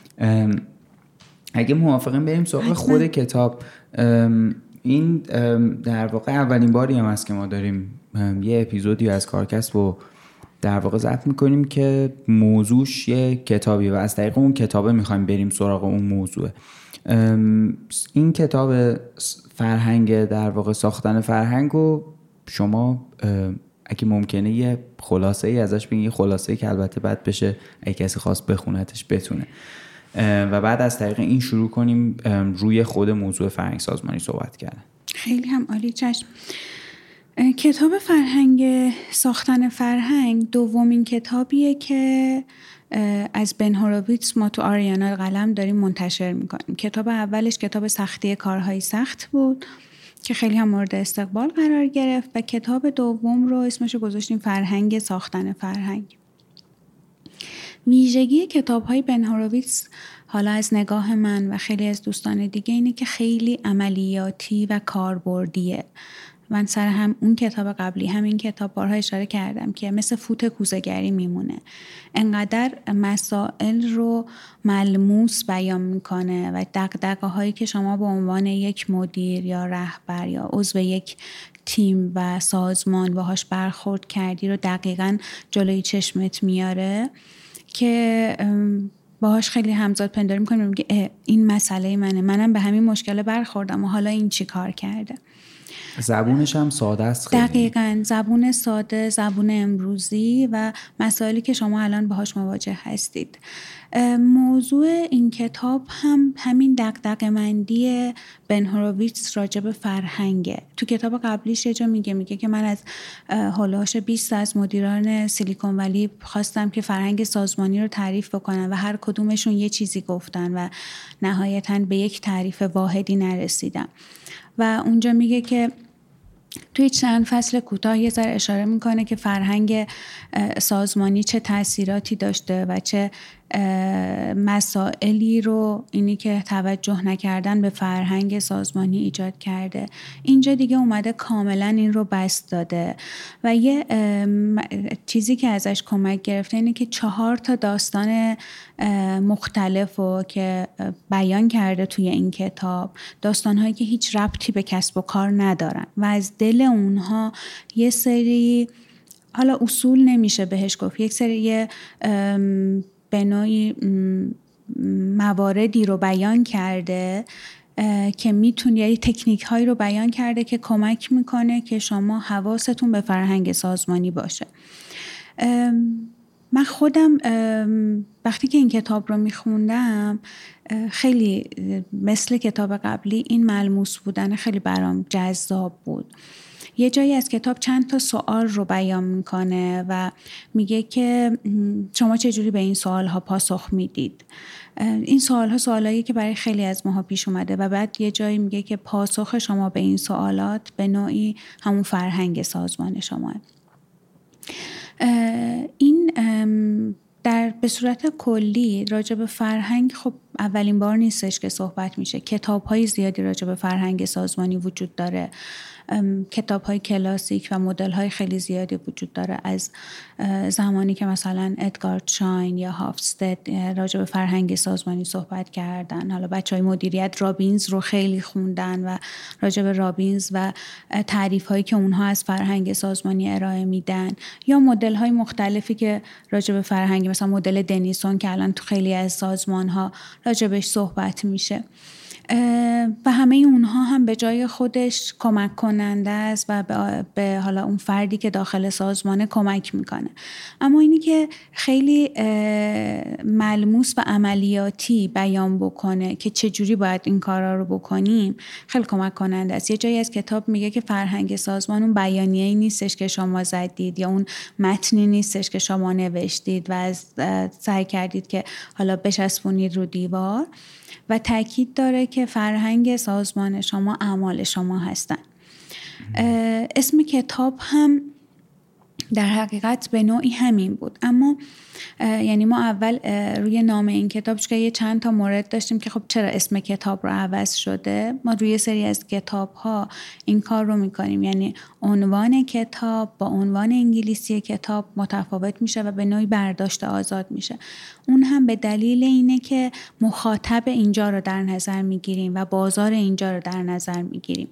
اگه موافقین بریم سراغ خود کتاب. این در واقع اولین باری هم هست که ما داریم یه اپیزودی از کارکسب رو در واقع ضبط میکنیم که موضوعش یه کتابیه و از طریق اون کتابه میخوایم بریم سراغ اون موضوع. این کتاب فرهنگ، در واقع ساختن فرهنگ رو شما اگه ممکنه یه خلاصه ای ازش بگین، یه خلاصه ای که البته بعد بشه اگه کسی خواست بخونتش بتونه، و بعد از طریق این شروع کنیم روی خود موضوع فرهنگ سازمانی صحبت کردن. خیلی هم عالی. چشم. کتاب فرهنگ ساختن فرهنگ دومین کتابیه که از بن هوروویتز ما تو آریانا قلم داریم منتشر میکنیم. کتاب اولش کتاب سختی کارهای سخت بود که خیلی هم مورد استقبال قرار گرفت و کتاب دوم رو اسمش رو گذاشتیم فرهنگ ساختن فرهنگ. ویژگی کتاب‌های بن هوروویتز حالا از نگاه من و خیلی از دوستان دیگه اینه که خیلی عملیاتی و کاربردیه من سر هم اون کتاب قبلی همین کتاب بارها اشاره کردم که مثل فوت کوزه‌گری میمونه. انقدر مسائل رو ملموس بیان میکنه و دغدغه‌هایی که شما به عنوان یک مدیر یا رهبر یا عضو یک تیم و سازمان باهاش برخورد کردی رو دقیقاً جلوی چشمت میاره که باهاش خیلی همزاد پنداری میکنیم، میگه این مسئله منم به همین مشکل برخوردم و حالا این چی کار کرده. زبونش هم ساده است خیلی. دقیقاً زبون ساده، زبون امروزی و مسائلی که شما الان باهاش مواجه هستید. موضوع این کتاب هم همین دغدغه‌مندی بن هوروویتز راجع به فرهنگه. تو کتاب قبلیش یه جا میگه که من از هولوش 20 از مدیران سیلیکون ولی خواستم که فرهنگ سازمانی رو تعریف بکنن و هر کدومشون یه چیزی گفتن و نهایتاً به یک تعریف واحدی نرسیدم. و اونجا میگه که توی چند فصل کوتاه یه ذره اشاره میکنه که فرهنگ سازمانی چه تأثیراتی داشته و چه مسائلی رو اینی که توجه نکردن به فرهنگ سازمانی ایجاد کرده. اینجا دیگه اومده کاملا این رو بست داده و یه چیزی که ازش کمک گرفته اینه که 4 داستان مختلف رو که بیان کرده توی این کتاب، داستانهایی که هیچ ربطی به کسب و کار ندارن و از دل اونها یه سری، حالا اصول نمیشه بهش گفت، یک سری به نوعی مواردی رو بیان کرده که میتونه، یعنی تکنیک هایی رو بیان کرده که کمک میکنه که شما حواستون به فرهنگ سازمانی باشه. من خودم وقتی که این کتاب رو میخوندم خیلی مثل کتاب قبلی این ملموس بودن خیلی برام جذاب بود. یه جایی از کتاب چند تا سوال رو بیان میکنه و میگه که شما چجوری به این سوالها پاسخ میدید. این سوالها سوالایی که برای خیلی از ماها پیش اومده و بعد یه جایی میگه که پاسخ شما به این سوالات به نوعی همون فرهنگ سازمان شماه. این به صورت کلی راجع به فرهنگ خب اولین بار نیستش که صحبت میشه. کتاب‌های زیادی راجع به فرهنگ سازمانی وجود داره. کتاب‌های کلاسیک و مدل‌های خیلی زیادی وجود داره از زمانی که مثلا ادگار چاین یا هافستد راجع به فرهنگ سازمانی صحبت کردن. حالا بچه‌های مدیریت رابینز رو خیلی خوندن و راجع به رابینز و تعریف‌هایی که اونها از فرهنگ سازمانی ارائه میدن، یا مدل‌های مختلفی که راجع به فرهنگ، مثلا مدل دنیسون که الان تو خیلی از سازمان‌ها راجع بهش صحبت میشه و همه اونها هم به جای خودش کمک کننده است و به حالا اون فردی که داخل سازمانه کمک میکنه. اما اینی که خیلی ملموس و عملیاتی بیان بکنه که چجوری باید این کارا رو بکنیم خیلی کمک کننده است. یه جایی از کتاب میگه که فرهنگ سازمان اون بیانیه‌ای نیستش که شما زدید یا اون متنی نیستش که شما نوشتید و سعی کردید که حالا بچسبونید رو دیوار، و تاکید داره که فرهنگ سازمان شما اعمال شما هستن. اسم کتاب هم در حقیقت به نوعی همین بود، اما یعنی ما اول روی نام این کتاب که یه چند تا مورد داشتیم که خب چرا اسم کتاب رو عوض شده. ما روی سری از کتاب ها این کار رو میکنیم، یعنی عنوان کتاب با عنوان انگلیسی کتاب متفاوت میشه و به نوعی برداشت آزاد میشه. اون هم به دلیل اینه که مخاطب اینجا رو در نظر میگیریم و بازار اینجا رو در نظر میگیریم.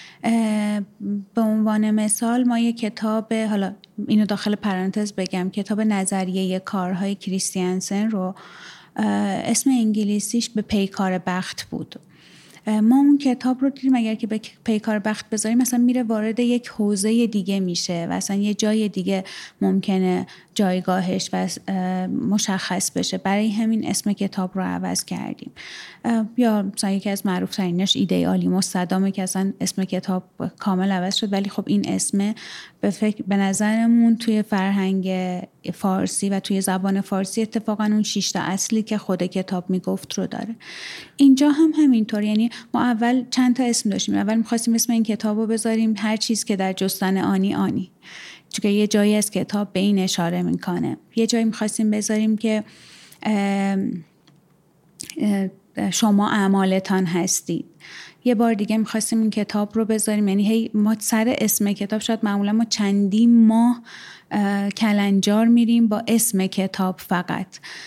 به عنوان مثال ما یه کتاب، حالا اینو داخل پرانتز بگم، کتاب نظریه کارهای کریستیانسن رو اسم انگلیسیش به پیکار بخت بود. ما اون کتاب رو دیدیم اگر که به پیکار بخت بذاریم مثلا میره وارد یک حوزه دیگه میشه و اصلا یه جای دیگه ممکنه جایگاهش و مشخص بشه. برای همین اسم کتاب رو عوض کردیم. یا مثلا یکی از معروف ترینش ایدئالیموس صدامه که اصلا اسم کتاب کامل عوض شد، ولی خب این اسم به نظرمون توی فرهنگ فارسی و توی زبان فارسی اتفاقا اون 6 تا اصلی که خود کتاب میگفت رو داره. اینجا هم همینطور، یعنی ما اول چند تا اسم داشتیم. اول می‌خواستیم اسم این کتاب رو بذاریم هر چیز که در جستن آنی آنی، چون که یه جایی از کتاب به این اشاره میکنه. یه جایی می‌خواستیم بذاریم که شما اعمالتان هستید. یه بار دیگه میخواستیم این کتاب رو بذاریم، یعنی هی ما سر اسم کتاب شاید معمولا ما چندین ماه کلنجار میریم با اسم کتاب فقط.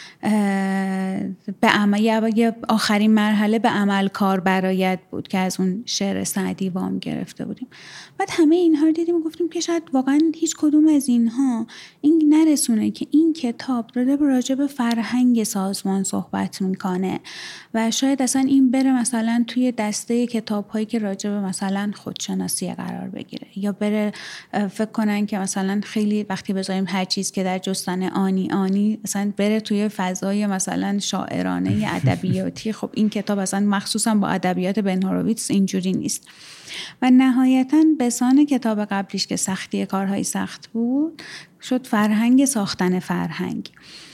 به عمل آخرین مرحله به عمل کار برایت بود که از اون شعر سعدی وام گرفته بودیم. بعد همه اینها رو دیدیم و گفتیم که شاید واقعا هیچ کدوم از اینها این نرسونه که این کتاب راجع به فرهنگ سازمان صحبت میکنه و شاید اصلا این بره مثلا توی دسته کتاب هایی که راجع به مثلا خودشناسی قرار بگیره، یا بره فکر کنن که مثلا خیلی وقتی بذاریم هر چیز که در جستن آنی مثلا بره توی فضای مثلا شاعرانه ادبیاتی. خب این کتاب اصلا مخصوصا با ادبیات بن هورویتز اینجوری نیست. و نهایتاً بسان کتاب قبلیش که سختی کارهای سخت بود شد فرهنگ ساختن فرهنگ.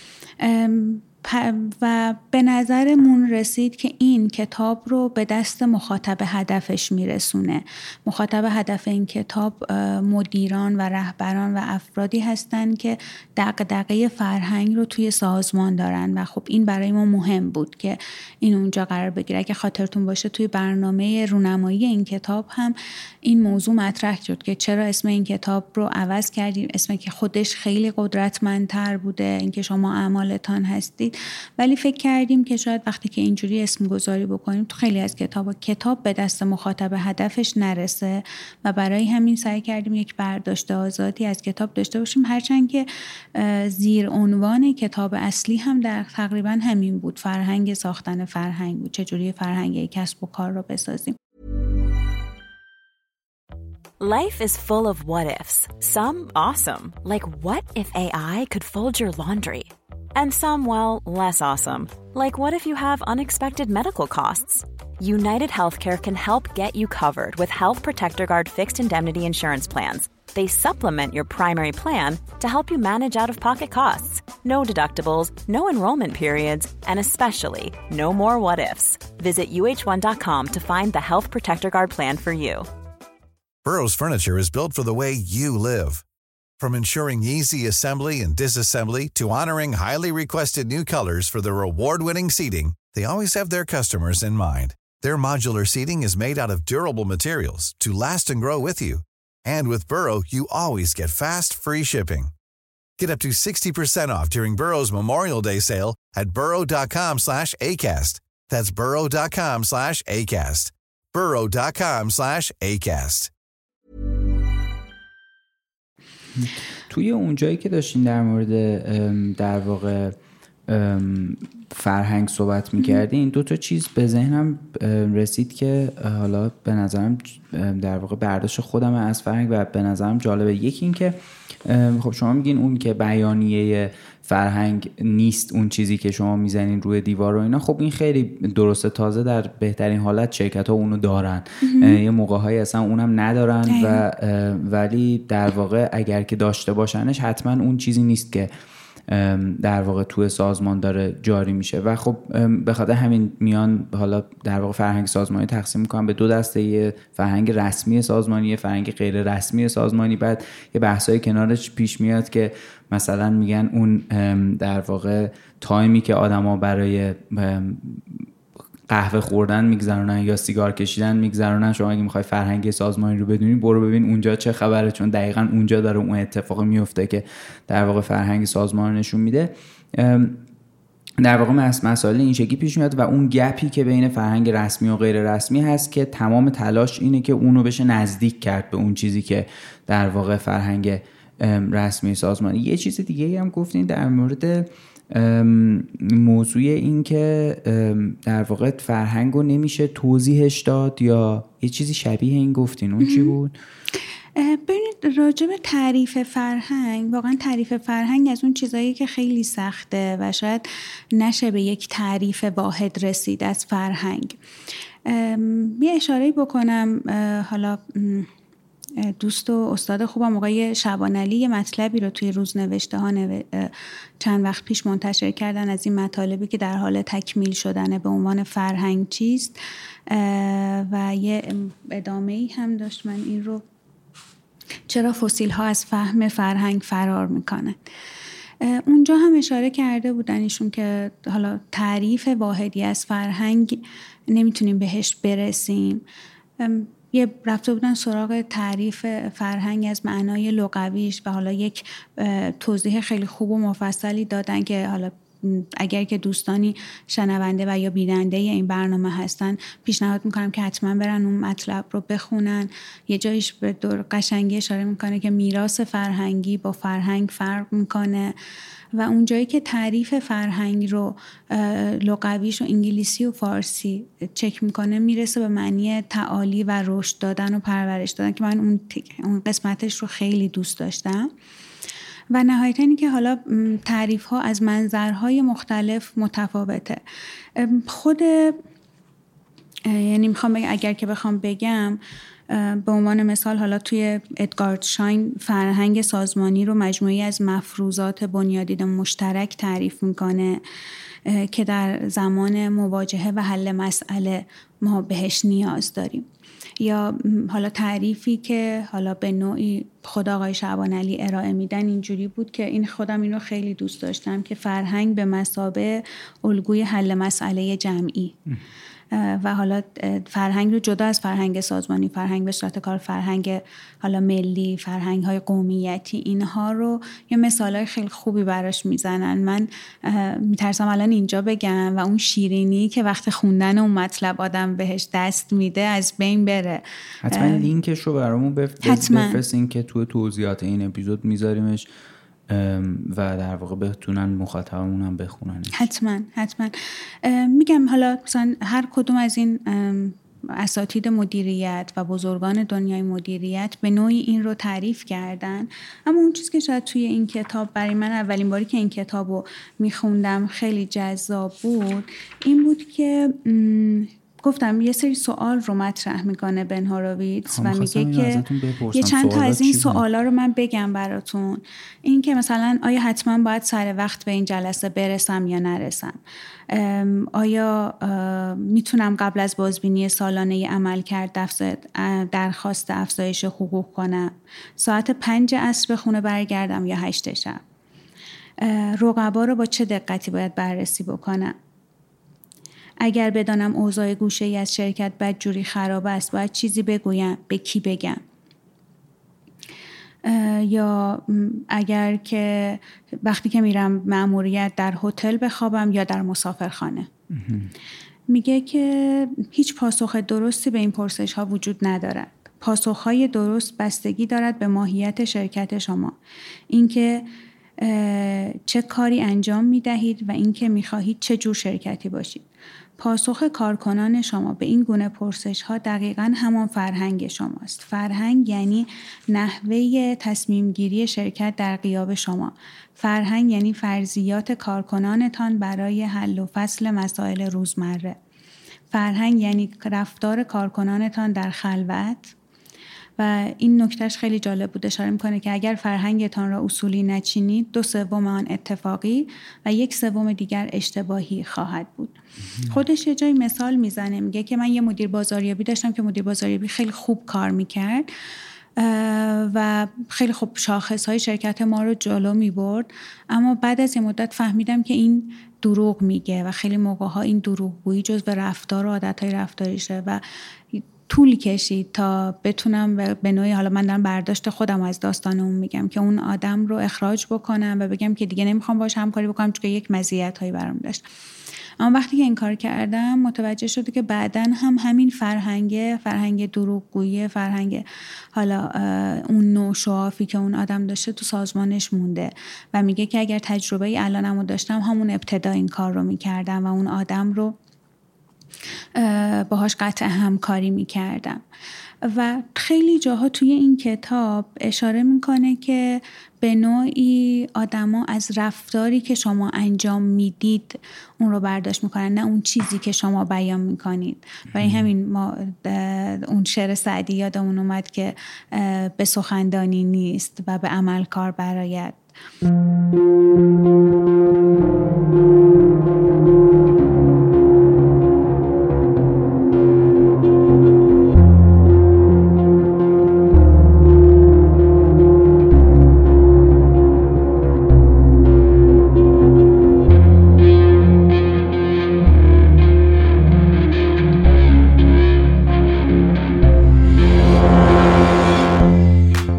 و به نظرمون رسید که این کتاب رو به دست مخاطب هدفش میرسونه. مخاطب هدف این کتاب مدیران و رهبران و افرادی هستن که دغدغه فرهنگ رو توی سازمان دارن و خب این برای ما مهم بود که این اونجا قرار بگیره. اگه خاطرتون باشه توی برنامه رونمایی این کتاب هم این موضوع مطرح شد که چرا اسم این کتاب رو عوض کردیم، اسمی که خودش خیلی قدرتمندتر بوده، اینکه شما اعمالتان هستید، ولی فکر کردیم که شاید وقتی که اینجوری اسم گذاری بکنیم تو خیلی از کتاب به دست مخاطب هدفش نرسه و برای همین سعی کردیم یک برداشت آزادی از کتاب داشته باشیم، هرچند که زیر عنوان کتاب اصلی هم در تقریبا همین بود، فرهنگ ساختن فرهنگ بود، چجوری فرهنگ کسب و کار رو بسازیم. Life is full of what ifs. Some awesome, like what if AI could fold your laundry? And some, well, less awesome, like what if you have unexpected medical costs? United Healthcare can help get you covered with Health Protector Guard fixed indemnity insurance plans. They supplement your primary plan to help you manage out-of-pocket costs. No deductibles, no enrollment periods, and especially no more what ifs. Visit uh1.com to find the Health Protector Guard plan for you. Burrow's furniture is built for the way you live. From ensuring easy assembly and disassembly to honoring highly requested new colors for their award-winning seating, they always have their customers in mind. Their modular seating is made out of durable materials to last and grow with you. And with Burrow, you always get fast, free shipping. Get up to 60% off during Burrow's Memorial Day sale at burrow.com/ACAST. That's burrow.com/ACAST. burrow.com/ACAST. توی اونجایی که داشتین در مورد در واقع فرهنگ صحبت می‌کردین، دو تا چیز به ذهنم رسید که حالا به نظرم در واقع برداشت خودم از فرهنگ و به نظرم جالبه. یکی این که خب شما میگین اون که بیانیه فرهنگ نیست اون چیزی که شما میزنین روی دیوار و اینا، خب این خیلی درسته، تازه در بهترین حالت شرکت‌ها اونو دارن، یه موقع‌هایی اصلا اونم ندارن و ولی در واقع اگر که داشته باشنش حتما اون چیزی نیست که در واقع توی سازمان داره جاری میشه. و خب به خاطر همین میان حالا در واقع فرهنگ سازمانی تقسیم میکنن به دو دسته، یه فرهنگ رسمی سازمانی، یه فرهنگ غیر رسمی سازمانی. بعد یه بحثای کنارش پیش میاد که مثلا میگن اون در واقع تایمی که آدما برای قهوه خوردن میگذرونن یا سیگار کشیدن میگذرونن، شما اگه میخوای فرهنگ سازمانی رو بدونی برو ببین اونجا چه خبره، چون دقیقاً اونجا داره اون اتفاق میفته که در واقع فرهنگ سازمان نشون میده. در واقع مسائل این شکلی پیش میاد و اون گپی که بین فرهنگ رسمی و غیر رسمی هست که تمام تلاش اینه که اونو بشه نزدیک کرد به اون چیزی که در واقع فرهنگ رسمی سازمانی. یه چیز دیگه هم گفتین در مورد موضوع این که در واقع فرهنگ رو نمیشه توضیحش داد یا یه چیزی شبیه این گفتین، اون چی بود؟ ببینید راجع به تعریف فرهنگ، واقعا تعریف فرهنگ از اون چیزایی که خیلی سخته و شاید نشه به یک تعریف واحد رسید از فرهنگ. یه اشاره بکنم، حالا دوست و استاد خوبم آقای شعبانعلی یه مطلبی رو توی روزنوشته ها چند وقت پیش منتشر کردن از این مطالبی که در حال تکمیل شدنه به عنوان فرهنگ چیست و یه ادامه‌ای هم داشت. من این رو چرا فسیل ها از فهم فرهنگ فرار میکنن. اونجا هم اشاره کرده بودن ایشون که حالا تعریف واحدی از فرهنگ نمیتونیم بهش برسیم. یه رفته بودن سراغ تعریف فرهنگ از معنای لغویش و حالا یک توضیح خیلی خوب و مفصلی دادن که حالا اگر که دوستانی شنونده و یا بیننده این برنامه هستن پیشنهاد میکنم که حتما برن اون مطلب رو بخونن. یه جایش به دور قشنگی اشاره میکنه که میراث فرهنگی با فرهنگ فرق میکنه و اون جایی که تعریف فرهنگ رو لغویش و انگلیسی و فارسی چک میکنه میرسه به معنی تعالی و رشد دادن و پرورش دادن که من اون قسمتش رو خیلی دوست داشتم. و نهایتاً اینی که حالا تعریف ها از منظرهای مختلف متفاوته. خود یعنی اگر که بخوام بگم به عنوان مثال حالا توی ادگارد شاین فرهنگ سازمانی رو مجموعی از مفروضات بنیادین مشترک تعریف میکنه که در زمان مواجهه و حل مسئله ما بهش نیاز داریم. یا حالا تعریفی که حالا به نوعی خود آقای شعبان علی ارائه میدن اینجوری بود که این خودم اینو خیلی دوست داشتم که فرهنگ به مثابه الگوی حل مسئله جمعی و حالا فرهنگ رو جدا از فرهنگ سازمانی، فرهنگ به صورت کار، فرهنگ حالا ملی، فرهنگ های قومیتی، اینها رو یه مثالای خیلی خوبی براش میزنن. من میترسم الان اینجا بگم و اون شیرینی که وقت خوندن اون مطلب آدم بهش دست میده از بین بره. حتما لینکش رو برامون بفرستین که توی توضیحات این اپیزود میذاریمش و در واقع بتونن مخاطبمون هم بخونن. حتما میگم حالا مثلا هر کدوم از این اساتید مدیریت و بزرگان دنیای مدیریت به نوعی این رو تعریف کردن، اما اون چیز که شاید توی این کتاب برای من اولین باری که این کتاب رو میخوندم خیلی جذاب بود این بود که گفتم یه سری سوال رو مطرح میکنه بن هورویتز و میگه که یه چند تا از این سوالا رو من بگم براتون. این که مثلا آیا حتما باید سر وقت به این جلسه برسم یا نرسم؟ آیا میتونم قبل از بازبینی سالانه عملکرد درخواست افزایش حقوق کنم؟ ساعت 5 عصر به خونه برگردم یا 8 شب؟ رقبا رو با چه دقتی باید بررسی بکنم؟ اگر بدانم اوضاع گوشه‌ای از شرکت بدجوری خراب است باید چیزی بگویم، به کی بگم؟ یا اگر که وقتی که میرم مأموریت در هتل بخوابم یا در مسافرخانه. میگه که هیچ پاسخ درستی به این پرسش ها وجود ندارد. پاسخهای درست بستگی دارد به ماهیت شرکت شما، اینکه چه کاری انجام میدهید و اینکه میخواهید چه جور شرکتی باشید. پاسخ کارکنان شما به این گونه پرسش ها دقیقاً همان فرهنگ شماست. فرهنگ یعنی نحوه تصمیم گیری شرکت در غیاب شما. فرهنگ یعنی فرضیات کارکنانتان برای حل و فصل مسائل روزمره. فرهنگ یعنی رفتار کارکنانتان در خلوت. و این نکتهش خیلی جالب بود، اشاره میکنه که اگر فرهنگتان را اصولی نچینید 2/3 آن اتفاقی و 1/3 دیگر اشتباهی خواهد بود. خودش یه جای مثال میزنه، میگه که من یه مدیر بازاریابی داشتم که مدیر بازاریابی خیلی خوب کار میکرد و خیلی خوب شاخصهای شرکت ما رو جلو میبرد، اما بعد از یه مدت فهمیدم که این دروغ میگه و خیلی موقعها این دروغگویی جزو رفتار و عادتهای رفتاریشه و طول کشید تا بتونم به نوعی، حالا من دارم برداشت خودم از داستان اون میگم، که اون آدم رو اخراج بکنم و بگم که دیگه نمیخوام باش همکاری بکنم چون یک مزیت‌هایی برام داشت. اما وقتی که این کار کردم متوجه شده که بعداً همین فرهنگ دروغگویی، فرهنگ حالا اون نوع شعافی که اون آدم داشته تو سازمانش مونده و میگه که اگر تجربه‌ای الانمو داشتم همون ابتدا این کار رو میکردم و اون آدم رو باهاش قطع همکاری میکردم. و خیلی جاها توی این کتاب اشاره میکنه که به نوعی آدما از رفتاری که شما انجام میدید اون رو برداشت میکنن، نه اون چیزی که شما بیان میکنید. و این همین ما اون شعر سعدی یادمون اومد که به سخندانی نیست و به عمل کار برآید.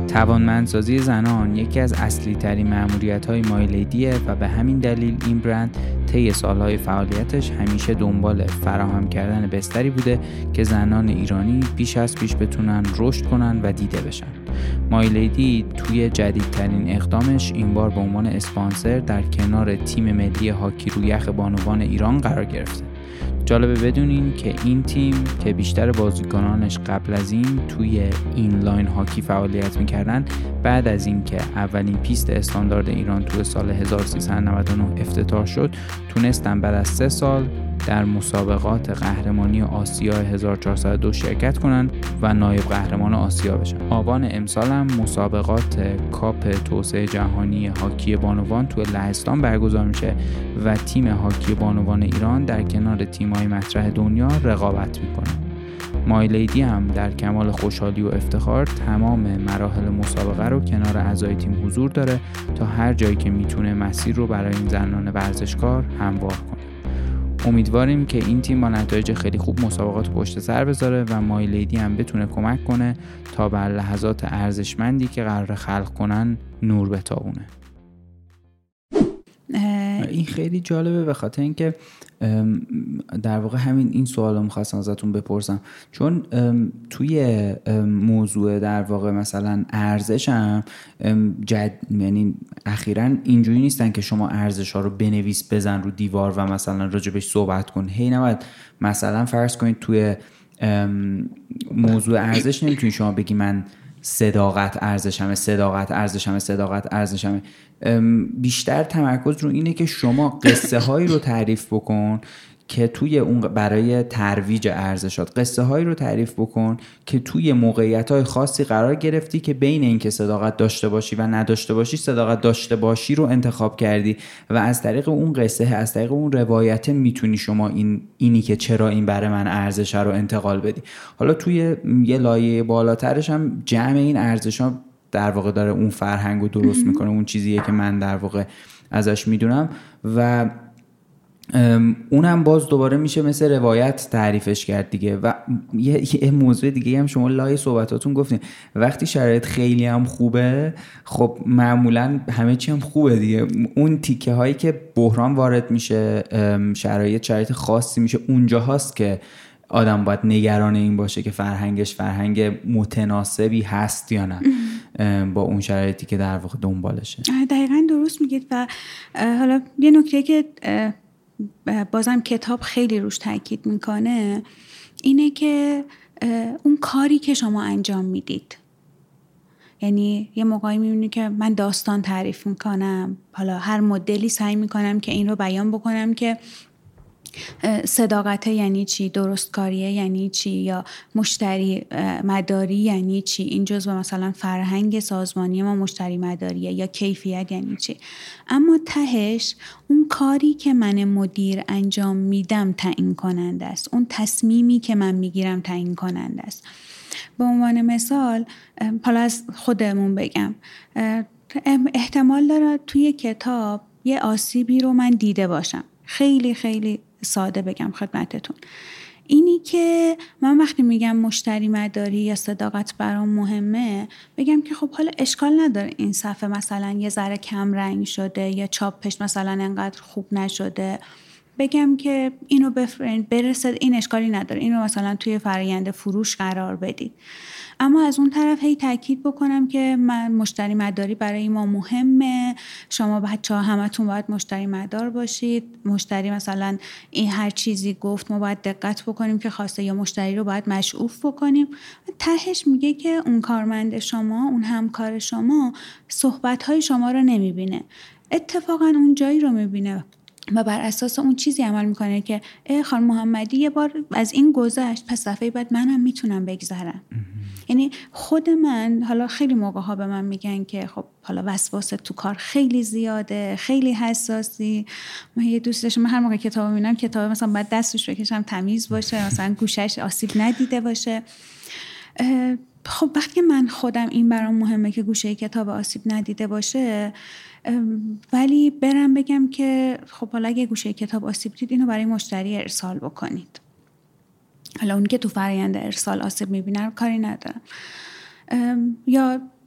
توانمندسازی زنان یکی از اصلی ترین مأموریت‌های مایلیدیه و به همین دلیل این برند طی سالهای فعالیتش همیشه دنبال فراهم کردن بستری بوده که زنان ایرانی بیش از پیش بتونن رشد کنن و دیده بشن. مایلیدی توی جدیدترین اقدامش این بار به عنوان اسپانسر در کنار تیم ملی هاکی روی یخ بانوان ایران قرار گرفته. جالبه بدونین که این تیم که بیشتر بازیکنانش قبل از این توی اینلاین هاکی فعالیت میکردن، بعد از اینکه اولین پیست استاندارد ایران توی سال 1399 افتتاح شد، تونستن بعد از 3 سال در مسابقات قهرمانی آسیا 1402 شرکت کنن و نایب قهرمان آسیا بشن. آبان امسال هم مسابقات کاپ توسعه جهانی هاکی بانوان توی لهستان برگزار میشه و تیم هاکی بانوان ایران در کنار تیم‌های مطرح دنیا رقابت میکنه. مایلیدی هم در کمال خوشحالی و افتخار تمام مراحل مسابقه رو کنار اعضای تیم حضور داره تا هر جایی که میتونه مسیر رو برای این زنان ورزشکار هموار کنه. امیدواریم که این تیم با نتایج خیلی خوب مسابقات پشت سر بذاره و مایلیدی هم بتونه کمک کنه تا بر لحظات ارزشمندی که قرار خلق کنن نور بتابونه. این خیلی جالبه به خاطر اینکه در واقع این سوالو می‌خواستم ازتون بپرسم، چون توی موضوع در واقع مثلا ارزش هم یعنی اخیراً اینجوری نیستن که شما ارزش‌ها رو بنویس بزن رو دیوار و مثلا راجبش صحبت کن. هی نباید مثلا فرض کنید توی موضوع ارزش نمیتونی شما بگی من صداقت ارزشمه، صداقت ارزشمه، صداقت ارزشمه. بیشتر تمرکز رو اینه که شما قصه هایی رو تعریف بکن که توی اون برای ترویج ارزشات، قصه هایی رو تعریف بکن که توی موقعیت های خاصی قرار گرفتی که بین این که صداقت داشته باشی و نداشته باشی، صداقت داشته باشی رو انتخاب کردی و از طریق اون قصه، از طریق اون روایت میتونی شما اینی که چرا این برای من ارزشه رو انتقال بدی. حالا توی یه لایه بالاترش هم جمع این ارزش‌ها در واقع داره اون فرهنگو درست میکنه، اون چیزیه که من در واقع ازش میدونم و اونم باز دوباره میشه مثل روایت تعریفش کرد دیگه. و یه موضوع دیگه هم شما لای صحبتاتون گفتین، وقتی شرایط خیلی هم خوبه خب معمولا همه چی هم خوبه دیگه. اون تیکه هایی که بحران وارد میشه، شرایط خاصی میشه، اونجا هاست که آدم باید نگران این باشه که فرهنگش فرهنگ متناسبی هست یا نه با اون شرایطی که در واقع دنبالشه. دقیقاً درست میگید. و حالا یه نکته که بازم کتاب خیلی روش تاکید میکنه اینه که اون کاری که شما انجام میدید، یعنی یه موقعی میبینی که من داستان تعریف میکنم، حالا هر مدلی سعی میکنم که این رو بیان بکنم که صداقت یعنی چی، درستکاریه یعنی چی، یا مشتری مداری یعنی چی، این جزء مثلا فرهنگ سازمانی ما مشتری مداریه، یا کیفیت یعنی چی. اما تهش اون کاری که من مدیر انجام میدم تعیین کننده است، اون تصمیمی که من میگیرم تعیین کننده است. به عنوان مثال حالا از خودمون بگم، احتمال داره توی کتاب یه آسیبی رو من دیده باشم. خیلی خیلی ساده بگم خدمتتون، اینی که من وقتی میگم مشتری مداری یا صداقت برام مهمه، بگم که خب حالا اشکال نداره این صفحه مثلا یه ذره کم رنگ شده یا چاپش مثلا انقدر خوب نشده، بگم که اینو بفرستید برسد، این اشکالی نداره، اینو مثلا توی فرآیند فروش قرار بدید. اما از اون طرف هی تاکید بکنم که من مشتری مداری برای ما مهمه، شما بچه‌ها همتون باید مشتری مدار باشید، مشتری مثلا این هر چیزی گفت ما باید دقت بکنیم که خواسته یا مشتری رو باید مشعوف بکنیم. تهش میگه که اون کارمند شما، اون همکار شما صحبت‌های شما رو نمیبینه، اتفاقا اون جایی رو میبینه و بر اساس اون چیزی عمل میکنه که خانم محمدی یه بار از این گذشت، پس دفعه بعد منم میتونم بگذرم. یعنی خود من حالا خیلی موقع ها به من میگن که خب حالا وسواس تو کار خیلی زیاده، خیلی حساسی. من یه دوست داشتم، من هر موقع کتاب میبینم کتاب مثلا باید دستش بکشم تمیز باشه، مثلا گوشش آسیب ندیده باشه. خب وقتی من خودم این برام مهمه که گوشه کتاب آسیب ندیده باشه، ولی برم بگم که خب حالا اگه گوشه کتاب آسیب دید اینو برای مشتری ارسال بکنید، حالا اون که تو فرآیند ارسال آسیب میبینه رو کاری ندارم. یا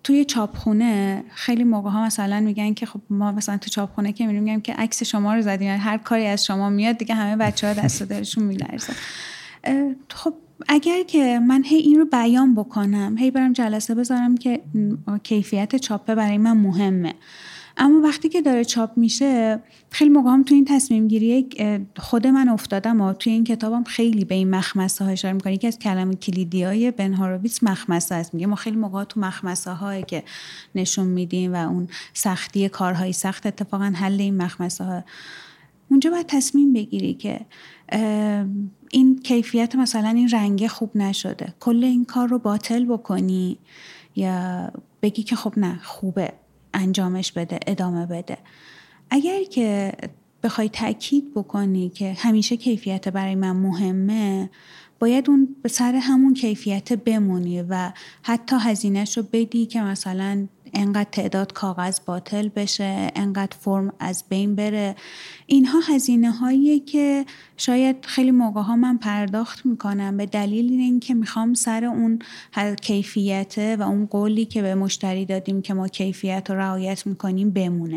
توی چاپخونه خیلی موقع ها مثلا میگن که خب ما مثلا تو چاپخونه که میگیم که عکس شما رو زدیم، یعنی هر کاری از شما میاد دیگه همه بچه‌ها دست و دلشون میلرزه. خب اگر که من هی این رو بیان بکنم، هی برم جلسه بذارم که کیفیت چاپه برای من مهمه، اما وقتی که داره چاپ میشه خیلی موقع هم تو این تصمیم گیری خود من افتادم و توی این کتابم خیلی به این مخمسه ها اشاره میکنه. یکی از کلمات کلیدی های بن هورویتز مخمسه است. میگه ما خیلی موقع تو مخمسه هایی که نشون میدیم و اون سختی کارهای سخت، اتفاقا حل این مخمسه ها اونجا باید تصمیم بگیری که این کیفیت مثلا این رنگ خوب نشده، کل این کار رو باطل بکنی یا بگی که خب نه خوبه انجامش بده، ادامه بده. اگر که بخوای تأکید بکنی که همیشه کیفیت برای من مهمه، باید اون به سر همون کیفیت بمونی و حتی هزینه‌شو بدی که مثلا انقدر تعداد کاغذ باطل بشه، انقدر فرم از بین بره. اینها هزینه هاییه که شاید خیلی موقع ها من پرداخت میکنم به دلیل این که میخوام سر اون کیفیت و اون قولی که به مشتری دادیم که ما کیفیت رو رعایت میکنیم بمونه.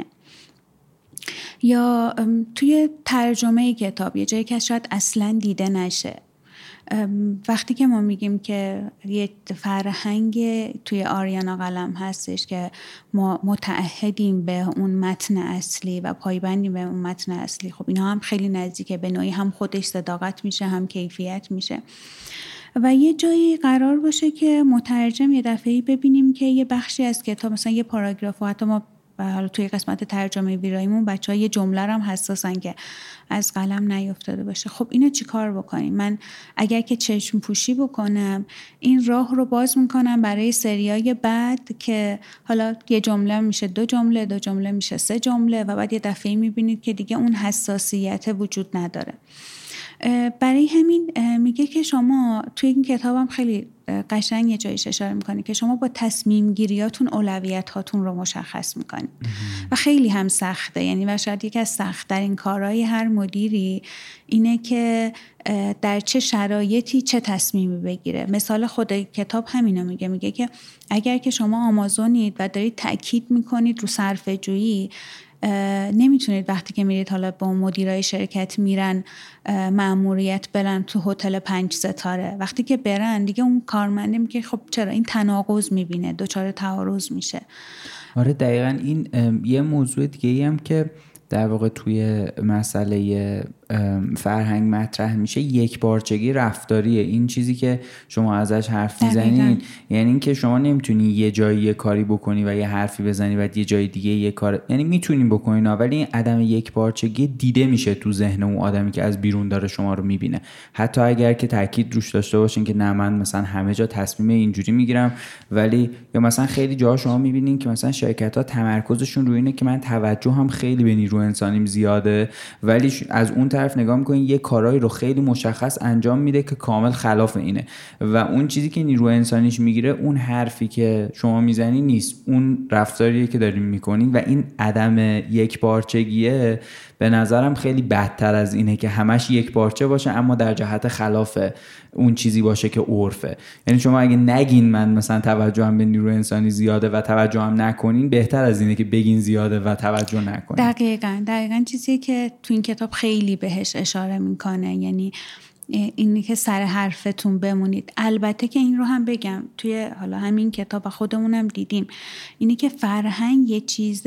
یا توی ترجمه کتاب یه جایی که شاید اصلا دیده نشه، وقتی که ما میگیم که یه فرهنگ توی آریانا قلم هستش که ما متعهدیم به اون متن اصلی و پایبندیم به اون متن اصلی، خب اینا هم خیلی نزدیکه به نوعی، هم خودش صداقت میشه هم کیفیت میشه. و یه جایی قرار باشه که مترجم یه دفعه‌ای ببینیم که یه بخشی از کتاب مثلا یه پاراگراف و حتی ما حالا توی قسمت ترجمه ویراییمون بچه‌ها یه جمله هم حساسن که از قلم نیافتاده باشه. خب اینو چی کار بکنیم؟ من اگر که چشم پوشی بکنم این راه رو باز میکنم برای سریای بعد که حالا یه جمله میشه 2 جمله، 2 جمله میشه 3 جمله و بعد یه دفعه میبینید که دیگه اون حساسیت وجود نداره. برای همین میگه که شما توی این کتابم خیلی قشنگ یه جایش اشاره میکنه که شما با تصمیم گیریاتون اولویت هاتون رو مشخص میکنید و خیلی هم سخته، یعنی و شاید یکی از سخت‌ترین کارهای هر مدیری اینه که در چه شرایطی چه تصمیمی بگیره. مثال خود کتاب همینو میگه که اگر که شما آمازونید و دارید تأکید میکنید رو صرفه جویی، نمیتونید وقتی که میرید حالا با مدیرای شرکت میرن مأموریت برن تو هتل 5 ستاره، وقتی که برن دیگه اون کارمنده میگه خب چرا این تناقض میبینه، دچار تعارض میشه. آره دقیقاً این یه موضوع دیگه‌ای هم که در واقع توی مسئله فرهنگ مطرح میشه، یک بارچگی رفتاریه. این چیزی که شما ازش حرف میزنین یعنی این که شما نمیتونی یه جایی یه کاری بکنی و یه حرفی بزنی و یه جای دیگه یه کار، یعنی میتونین بکنین ولی این عدم یک بارچگی دیده میشه تو ذهن اون آدمی که از بیرون داره شما رو میبینه. حتی اگر که تاکید روش داشته باشین که نه من مثلا همه جا تصمیم اینجوری میگیرم، ولی یا مثلا خیلی جاها شما میبینین که مثلا شرکت‌ها تمرکزشون روی اینه که من توجهم خیلی به نیرو انسانیم زیاده، ولی از اون طرف نگاه میکنین یه کارایی رو خیلی مشخص انجام میده که کامل خلاف اینه و اون چیزی که نیرو انسانیش میگیره اون حرفی که شما میزنی نیست، اون رفتاریه که دارین میکنین و این عدم یک پارچگیه به نظرم خیلی بدتر از اینه که همش یک پارچه باشه اما در جهت خلاف اون چیزی باشه که عرفه. یعنی شما اگه نگین من مثلا توجهم به نیرو انسانی زیاده و توجهم نکنین، بهتر از اینه که بگین زیاده و توجه نکنین. دقیقاً چیزی که تو این کتاب خیلی بهش اشاره میکنه، یعنی اینی که سر حرفتون بمونید. البته که این رو هم بگم توی حالا همین کتاب خودمونم دیدیم اینی که فرهنگ یه چیز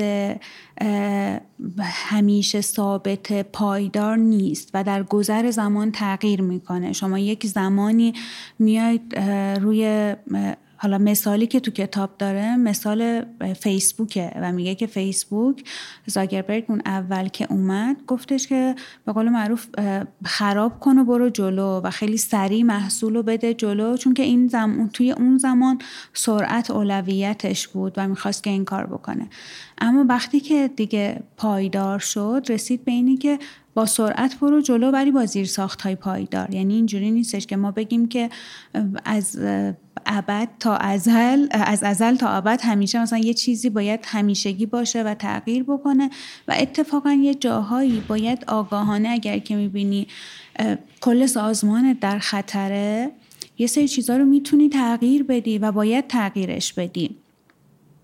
همیشه ثابت پایدار نیست و در گذر زمان تغییر میکنه. شما یک زمانی میاید روی حالا مثالی که تو کتاب داره مثال فیسبوکه و میگه که فیسبوک زاکربرگ اون اول که اومد گفتش که به قول معروف خراب کن و برو جلو و خیلی سریع محصول رو بده جلو، چون که این توی اون زمان سرعت اولویتش بود و میخواست که این کار بکنه. اما وقتی که دیگه پایدار شد رسید به اینی که با سرعت برو جلو ولی با زیرساخت‌های پایدار. یعنی اینجوری نیستش که ما بگیم که از ابد تا ازل، از ازل تا ابد همیشه مثلا یه چیزی باید همیشگی باشه و تغییر بکنه و اتفاقا یه جاهایی باید آگاهانه اگر که میبینی کل سازمانت در خطره، یه سری چیزا رو میتونی تغییر بدی و باید تغییرش بدی.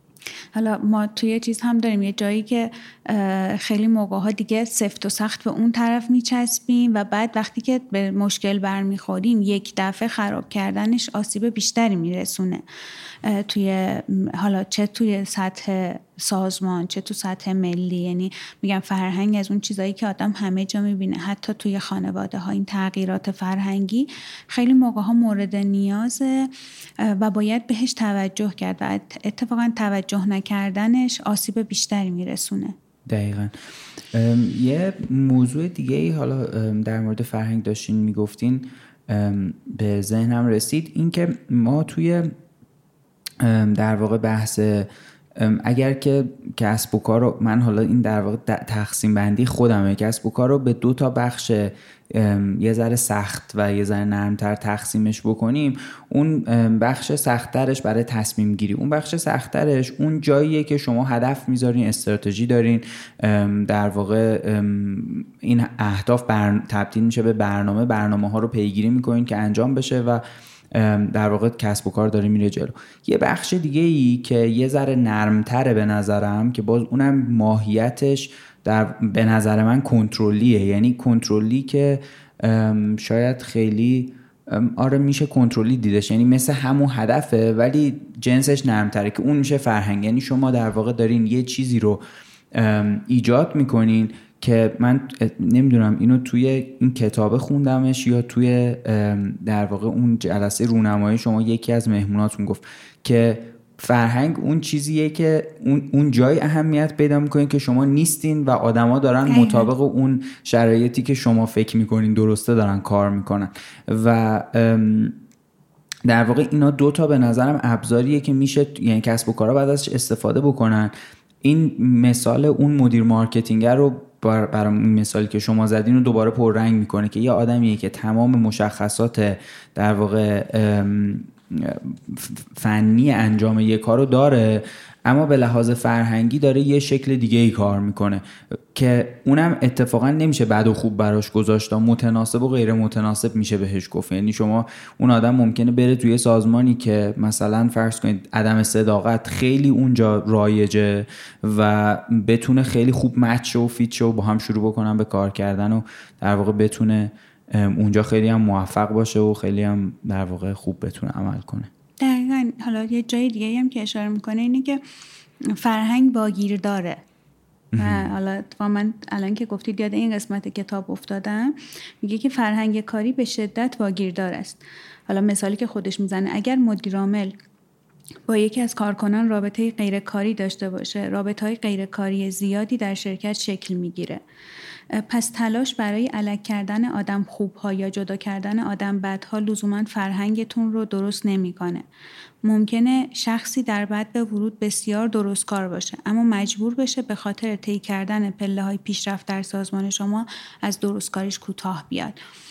حالا ما توی چیز هم داریم، یه جایی که خیلی موقع‌ها دیگه سفت و سخت به اون طرف میچسبیم و بعد وقتی که به مشکل برمیخوریم یک دفعه خراب کردنش آسیب بیشتری میرسونه، توی حالا چه توی سطح سازمان چه تو سطح ملی. یعنی میگم فرهنگ از اون چیزایی که آدم همه جا میبینه، حتی توی خانواده ها این تغییرات فرهنگی خیلی موقع ها مورد نیازه و باید بهش توجه کرد و اتفاقا توجه نکردنش آسیب بیشتری میرسونه. دقیقاً. یه موضوع دیگه ای حالا در مورد فرهنگ داشتین میگفتین به ذهنم رسید، این که ما توی در واقع بحث اگر که کسب و کار رو، من حالا این در واقع تقسیم بندی خودمه، کسب و کار رو به 2 تا بخش یه ذره سخت و یه ذره نرمتر تقسیمش بکنیم، اون بخش سخت‌ترش برای تصمیم گیری، اون بخش سخت‌ترش اون جاییه که شما هدف میذارین، استراتژی دارین، در واقع این اهداف تبدیل میشه به برنامه ها رو پیگیری میکنین که انجام بشه و در واقع کسب و کار داره میره جلو. یه بخش دیگه ای که یه ذره نرمتره به نظرم، که باز اونم ماهیتش به نظر من کنترلیه، یعنی کنترلی که شاید خیلی آره میشه کنترلی دیدش، یعنی مثل همون هدفه ولی جنسش نرمتره، که اون میشه فرهنگ. یعنی شما در واقع دارین یه چیزی رو ایجاد میکنین که من نمیدونم اینو توی این کتاب خوندمش یا توی در واقع اون جلسه رونمایی شما یکی از مهموناتون گفت که فرهنگ اون چیزیه که اون جای اهمیت پیدا میکنین که شما نیستین و آدما دارن مطابق اون شرایطی که شما فکر میکنین درسته دارن کار میکنن و در واقع اینا 2 تا به نظرم ابزاریه که میشه یعنی کسب و کارا بعد ازش استفاده بکنن. این مثال اون مدیر مارکتینگ رو برای مثالی که شما زدین رو دوباره پررنگ میکنه که یه آدمیه که تمام مشخصات در واقع فنی انجام یه کارو داره، اما به لحاظ فرهنگی داره یه شکل دیگه ای کار میکنه که اونم اتفاقا نمیشه بد و خوب براش گذاشت، متناسب و غیر متناسب میشه بهش گفت. یعنی شما اون آدم ممکنه بره توی سازمانی که مثلا فرض کنید عدم صداقت خیلی اونجا رایجه و بتونه خیلی خوب مچ و فیت و با هم شروع بکنن به کار کردن و در واقع بتونه اونجا خیلی هم موفق باشه و خیلی هم در واقع خوب بتونه عمل کنه. دقیقاً. حالا یه جای دیگه هم که اشاره میکنه اینه که فرهنگ واگیر داره. حالا من الان که گفتید یاد این قسمت کتاب افتادم، میگه که فرهنگ کاری به شدت واگیردار است. حالا مثالی که خودش میزنه، اگر مدیر عامل با یکی از کارکنان رابطه غیرکاری داشته باشه، رابطه‌های غیرکاری زیادی در شرکت شکل میگیره. پس تلاش برای الگ کردن آدم خوبها یا جدا کردن آدم بدها لزوما فرهنگتون رو درست نمیکنه. ممکنه شخصی در بدء ورود بسیار درست کار باشه، اما مجبور بشه به خاطر طی کردن پله‌های پیشرفت در سازمان شما از درستکاریش کوتاه بیاد.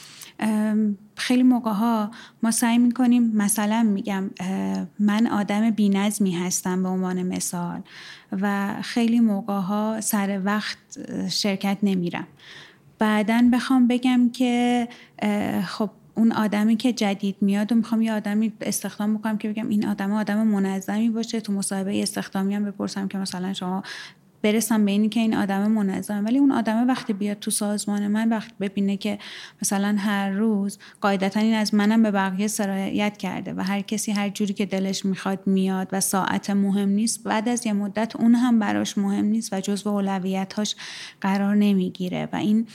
خیلی موقع‌ها ما سعی می‌کنیم، مثلا میگم من آدم بی‌نظمی هستم به عنوان مثال و خیلی موقع‌ها سر وقت شرکت نمیرم، بعدن بخوام بگم که خب اون آدمی که جدید میاد و میخوام یه آدمی استخدام بکنم که بگم این آدم منظمی باشه، تو مصاحبه استخدامی هم بپرسم که مثلا شما برسم به اینی که این آدم منظمه، ولی اون آدم وقتی بیاد تو سازمان من، وقتی ببینه که مثلا هر روز قاعدتا این از منم به بقیه سرایت کرده و هر کسی هر جوری که دلش میخواد میاد و ساعت مهم نیست، بعد از یه مدت اون هم براش مهم نیست و جزو اولویتاش قرار نمیگیره و این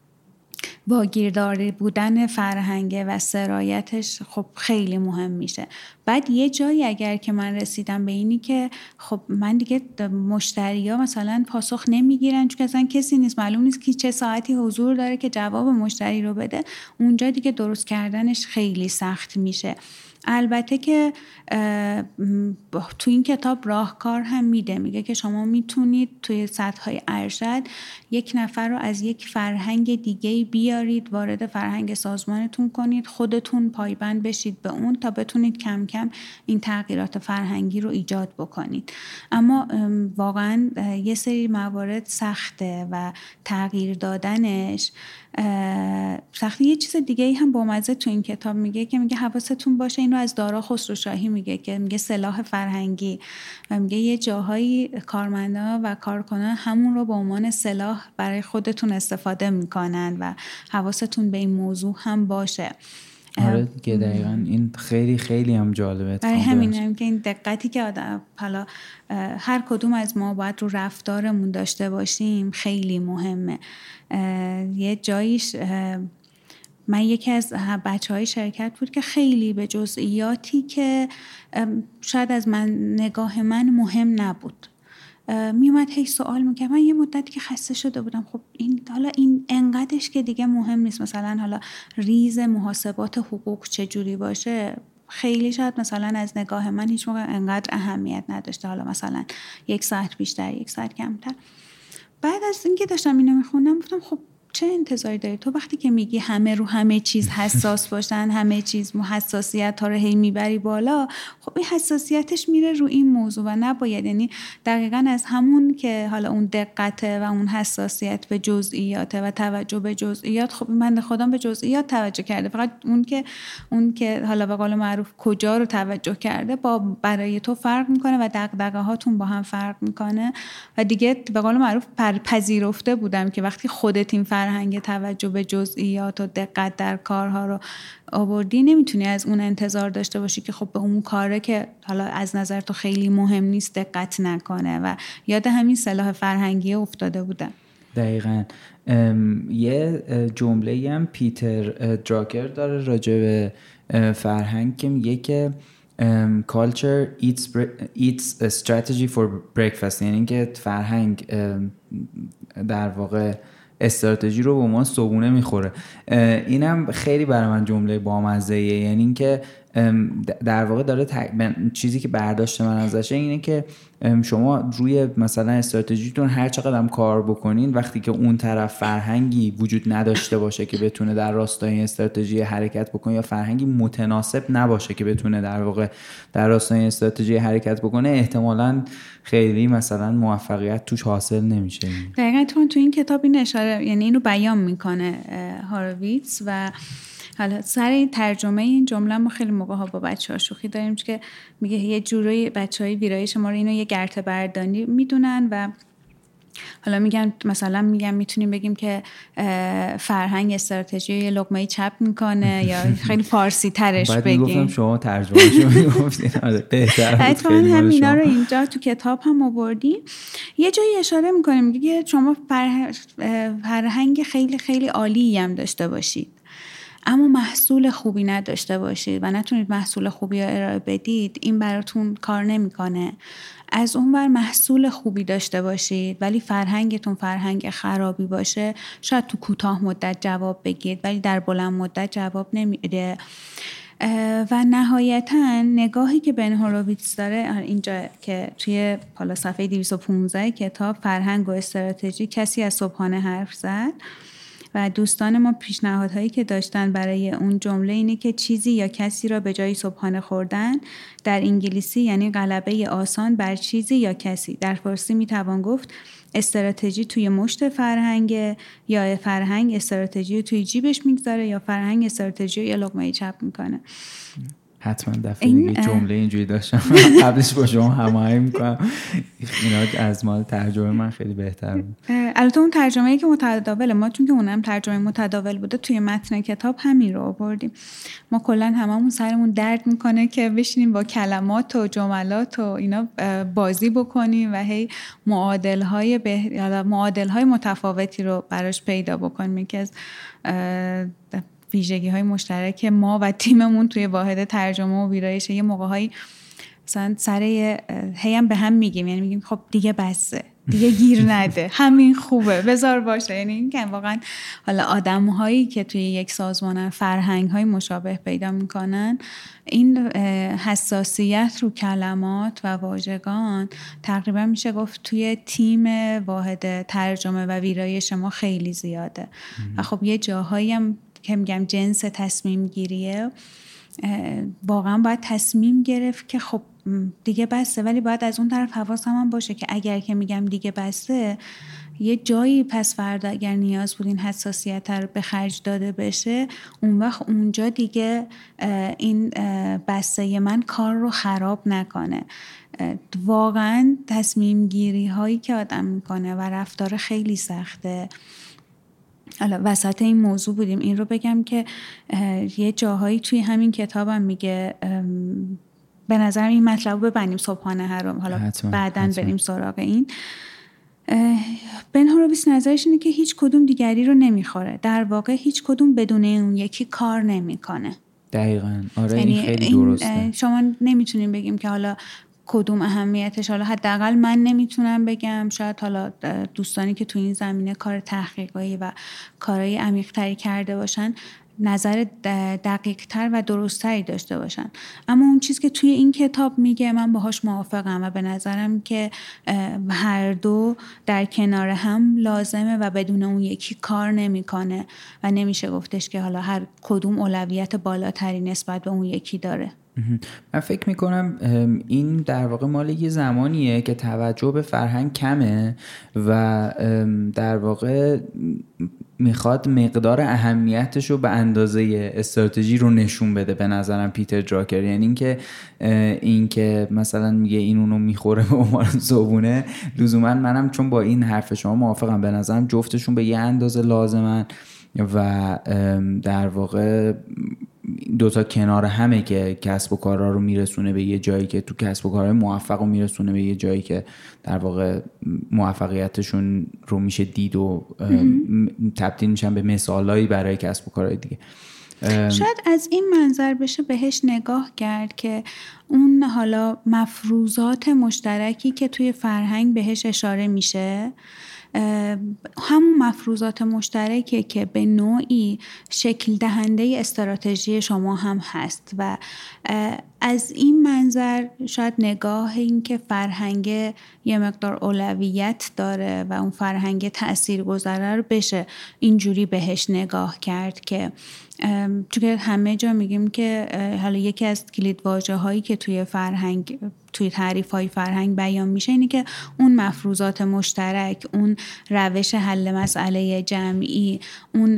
واگیردار بودن فرهنگ و سرایتش خب خیلی مهم میشه. بعد یه جایی اگر که من رسیدم به اینی که خب من دیگه مشتریا مثلا پاسخ نمیگیرن چون اصلا کسی نیست، معلوم نیست که چه ساعتی حضور داره که جواب مشتری رو بده، اونجا دیگه درست کردنش خیلی سخت میشه. البته که تو این کتاب راهکار هم میگه که شما میتونید توی سطح‌های ارشد یک نفر رو از یک فرهنگ دیگه بیارید وارد فرهنگ سازمانتون کنید، خودتون پایبند بشید به اون تا بتونید کم کم این تغییرات فرهنگی رو ایجاد بکنید. اما واقعا یه سری موارد سخته و تغییر دادنش سختی. یه چیز دیگه ای هم با مزه تو این کتاب میگه که میگه حواستون باشه این اینو از دارا خسروشاهی میگه که میگه سلاح فرهنگی و میگه یه جاهایی کارمندا و کارکنان همون رو به عنوان سلاح برای خودتون استفاده میکنن و حواستون به این موضوع هم باشه. آره دیگه دقیقاً این خیلی خیلی هم جالبه. برای همینه که این دقتی که آدم حالا هر کدوم از ما باید رو رفتارمون داشته باشیم خیلی مهمه. یه جاییش من یکی از بچه‌های شرکت بود که خیلی به جزئیاتی که شاید از نگاه من مهم نبود میومد هی سوال میکرد. من یه مدتی که خسته شده بودم، خب این انقدرش که دیگه مهم نیست، مثلا حالا ریز محاسبات حقوق چجوری باشه خیلی شاید مثلا از نگاه من هیچ موقع انقدر اهمیت نداشته، حالا مثلا 1 ساعت بیشتر 1 ساعت کمتر. بعد از اینکه داشتم اینو میخوندم گفتم خب چه انتظاری داری تو وقتی که میگی همه رو همه چیز حساس باشن، همه چیز حساسیت ها رو هی میبری بالا، خب این حساسیتش میره رو این موضوع و نباید، یعنی دقیقاً از همون که حالا اون دقته و اون حساسیت به جزئیات و توجه به جزئیات، خب من خودم به جزئیات توجه کرده، فقط اون که حالا به قول معروف کجا رو توجه کرده با برای تو فرق میکنه و دغدغه هاتون با هم فرق میکنه و دیگه به قول معروف پذیرفته بودم که وقتی خودت این فرهنگ توجه به جزئیات و دقت در کارها رو آوردی نمیتونی از اون انتظار داشته باشی که خب به اون کاره که حالا از نظر تو خیلی مهم نیست دقت نکنه و یاد همین سلاح فرهنگی افتاده بودم. دقیقاً. یه جمله‌ای هم پیتر دراکر داره راجع به فرهنگ که میگه که culture eats a strategy for breakfast، یعنی که فرهنگ در واقع استراتژی رو به ما صبحونه میخوره. اینم خیلی برای من جمله بامزه‌ایه، یعنی اینکه در واقع داره چیزی که برداشت من ازشه اینه که شما روی مثلا استراتژیتون هر چقدر هم کار بکنین، وقتی که اون طرف فرهنگی وجود نداشته باشه که بتونه در راستای استراتژی حرکت بکنه یا فرهنگی متناسب نباشه که بتونه در واقع در راستای استراتژی حرکت بکنه، احتمالاً خیلی مثلا موفقیت توش حاصل نمیشه. دقیقاً تو این کتاب این اشاره، یعنی اینو بیان میکنه هاروویتز و حالا سر این ترجمه این جمله ما خیلی موقع ها با بچه‌ها شوخی داریم که میگه یه جوری بچه‌های ویرایش ما رو اینو یه گرته بردانی میدونن و حالا میگن میتونیم بگیم که فرهنگ استراتژی یه لقمه چپ میکنه یا خیلی فارسی ترش بگیم. باید میگفتم شما ترجمهشو میگفتین. آره بهتر بود. حتما همینا رو اینجا تو کتاب هم آوردیم. یه جایی اشاره میکنیم میگه شما فرهنگ خیلی خیلی عالی هم داشته باشید اما محصول خوبی نداشته باشید و نتونید محصول خوبی رو ارائه بدید، این براتون کار نمیکنه. از اون ور محصول خوبی داشته باشید ولی فرهنگتون فرهنگ خرابی باشه، شاید تو کوتاه مدت جواب بگید ولی در بلند مدت جواب نمیده. و نهایتاً نگاهی که بن هوروویتز داره اینجا که توی حالا صفحه 215 کتاب فرهنگ و استراتژی کسی از صبحانه حرف زد و دوستان ما پیشنهادهایی که داشتن برای اون جمله اینه که چیزی یا کسی را به جای صبحانه خوردن در انگلیسی یعنی غلبه آسان بر چیزی یا کسی. در فارسی میتوان گفت استراتژی توی مشت فرهنگ، یا فرهنگ استراتژی توی جیبش میگذاره، یا فرهنگ استراتژی رو یه لقمه چپ میکنه. حتما دفعه دیگه جمله اینجوری داشتم قبلش با شما هماهنگ میکنم. اینا از مال ترجمه من خیلی بهتر بود. البته اون ترجمه‌ای که متداوله ما، چون که اونم ترجمه متداول بوده، توی متن کتاب همین رو آوردیم. ما کلا هممون سرمون درد میکنه که بشینیم با کلمات و جملات و اینا بازی بکنیم و هی معادل‌های متفاوتی رو براش پیدا بکنیم. که از ویژگی‌های مشترک ما و تیممون توی واحد ترجمه و ویرایش یه موقع‌هایی مثلا هیم به هم میگیم، یعنی میگیم خب دیگه بسه، دیگه گیر نده، همین خوبه، بذار باشه. یعنی این که واقعا حالا آدم‌هایی که توی یک سازمان فرهنگ‌های مشابه پیدا میکنن، این حساسیت رو کلمات و واژگان تقریبا میشه گفت توی تیم واحد ترجمه و ویرایش ما خیلی زیاده. و خب یه جاهایی هم که میگم جنس تصمیم گیریه، واقعا باید تصمیم گرفت که خب دیگه بسته، ولی باید از اون طرف حواسم هم باشه که اگر که میگم دیگه بسته، یه جایی پس فردا اگر نیاز بود این حساسیت رو به خرج داده بشه، اون وقت اونجا دیگه این بسته من کار رو خراب نکنه. واقعا تصمیم گیری هایی که آدم میکنه و رفتار خیلی سخته. حالا وسط این موضوع بودیم، این رو بگم که یه جاهایی توی همین کتابم میگه، به نظرم این مطلب رو ببندیم صبحانه هر، حالا بعداً بریم سراغ این. بن هورویتز نظرش اینه که هیچ کدوم دیگری رو نمیخوره، در واقع هیچ کدوم بدون اون یکی کار نمیکنه. دقیقاً. آره این خیلی درسته. شما نمیتونیم بگیم که حالا کدوم اهمیتش، حالا حداقل من نمیتونم بگم، شاید حالا دوستانی که تو این زمینه کار تحقیقی و کارهای عمیق‌تری کرده باشن نظر دقیق‌تر و درست‌تری داشته باشن، اما اون چیز که توی این کتاب میگه من باهاش موافقم و به نظرم که هر دو در کنار هم لازمه و بدون اون یکی کار نمیکنه و نمیشه گفتش که حالا هر کدوم اولویت بالاتری نسبت به اون یکی داره. من فکر میکنم این در واقع مال یه زمانیه که توجه به فرهنگ کمه و در واقع میخواد مقدار اهمیتش رو به اندازه استراتژی رو نشون بده. به نظرم پیتر دراکر، یعنی این که مثلا میگه این اونو میخوره به عنوان صبونه، لزوما منم چون با این حرف شما موافقم، به نظرم جفتشون به یه اندازه لازمن و در واقع دوتا کنار همه که کسب و کارها رو میرسونه به یه جایی که تو کسب و کارهای موفق رو میرسونه به یه جایی که در واقع موفقیتشون رو میشه دید و تبدیل میشن به مثالایی برای کسب و کارهای دیگه. شاید از این منظر بشه بهش نگاه کرد که اون حالا مفروضات مشترکی که توی فرهنگ بهش اشاره میشه، همون مفروضات مشترکه که به نوعی شکل دهنده استراتژی شما هم هست و از این منظر شاید نگاه این که فرهنگ یه مقدار اولویت داره و اون فرهنگ تاثیرگذاره رو بشه اینجوری بهش نگاه کرد که چون همه جا میگیم که حالا یکی از کلیدواژه هایی که توی فرهنگ، توی تعریف های فرهنگ بیان میشه اینه که اون مفروضات مشترک، اون روش حل مسئله جمعی، اون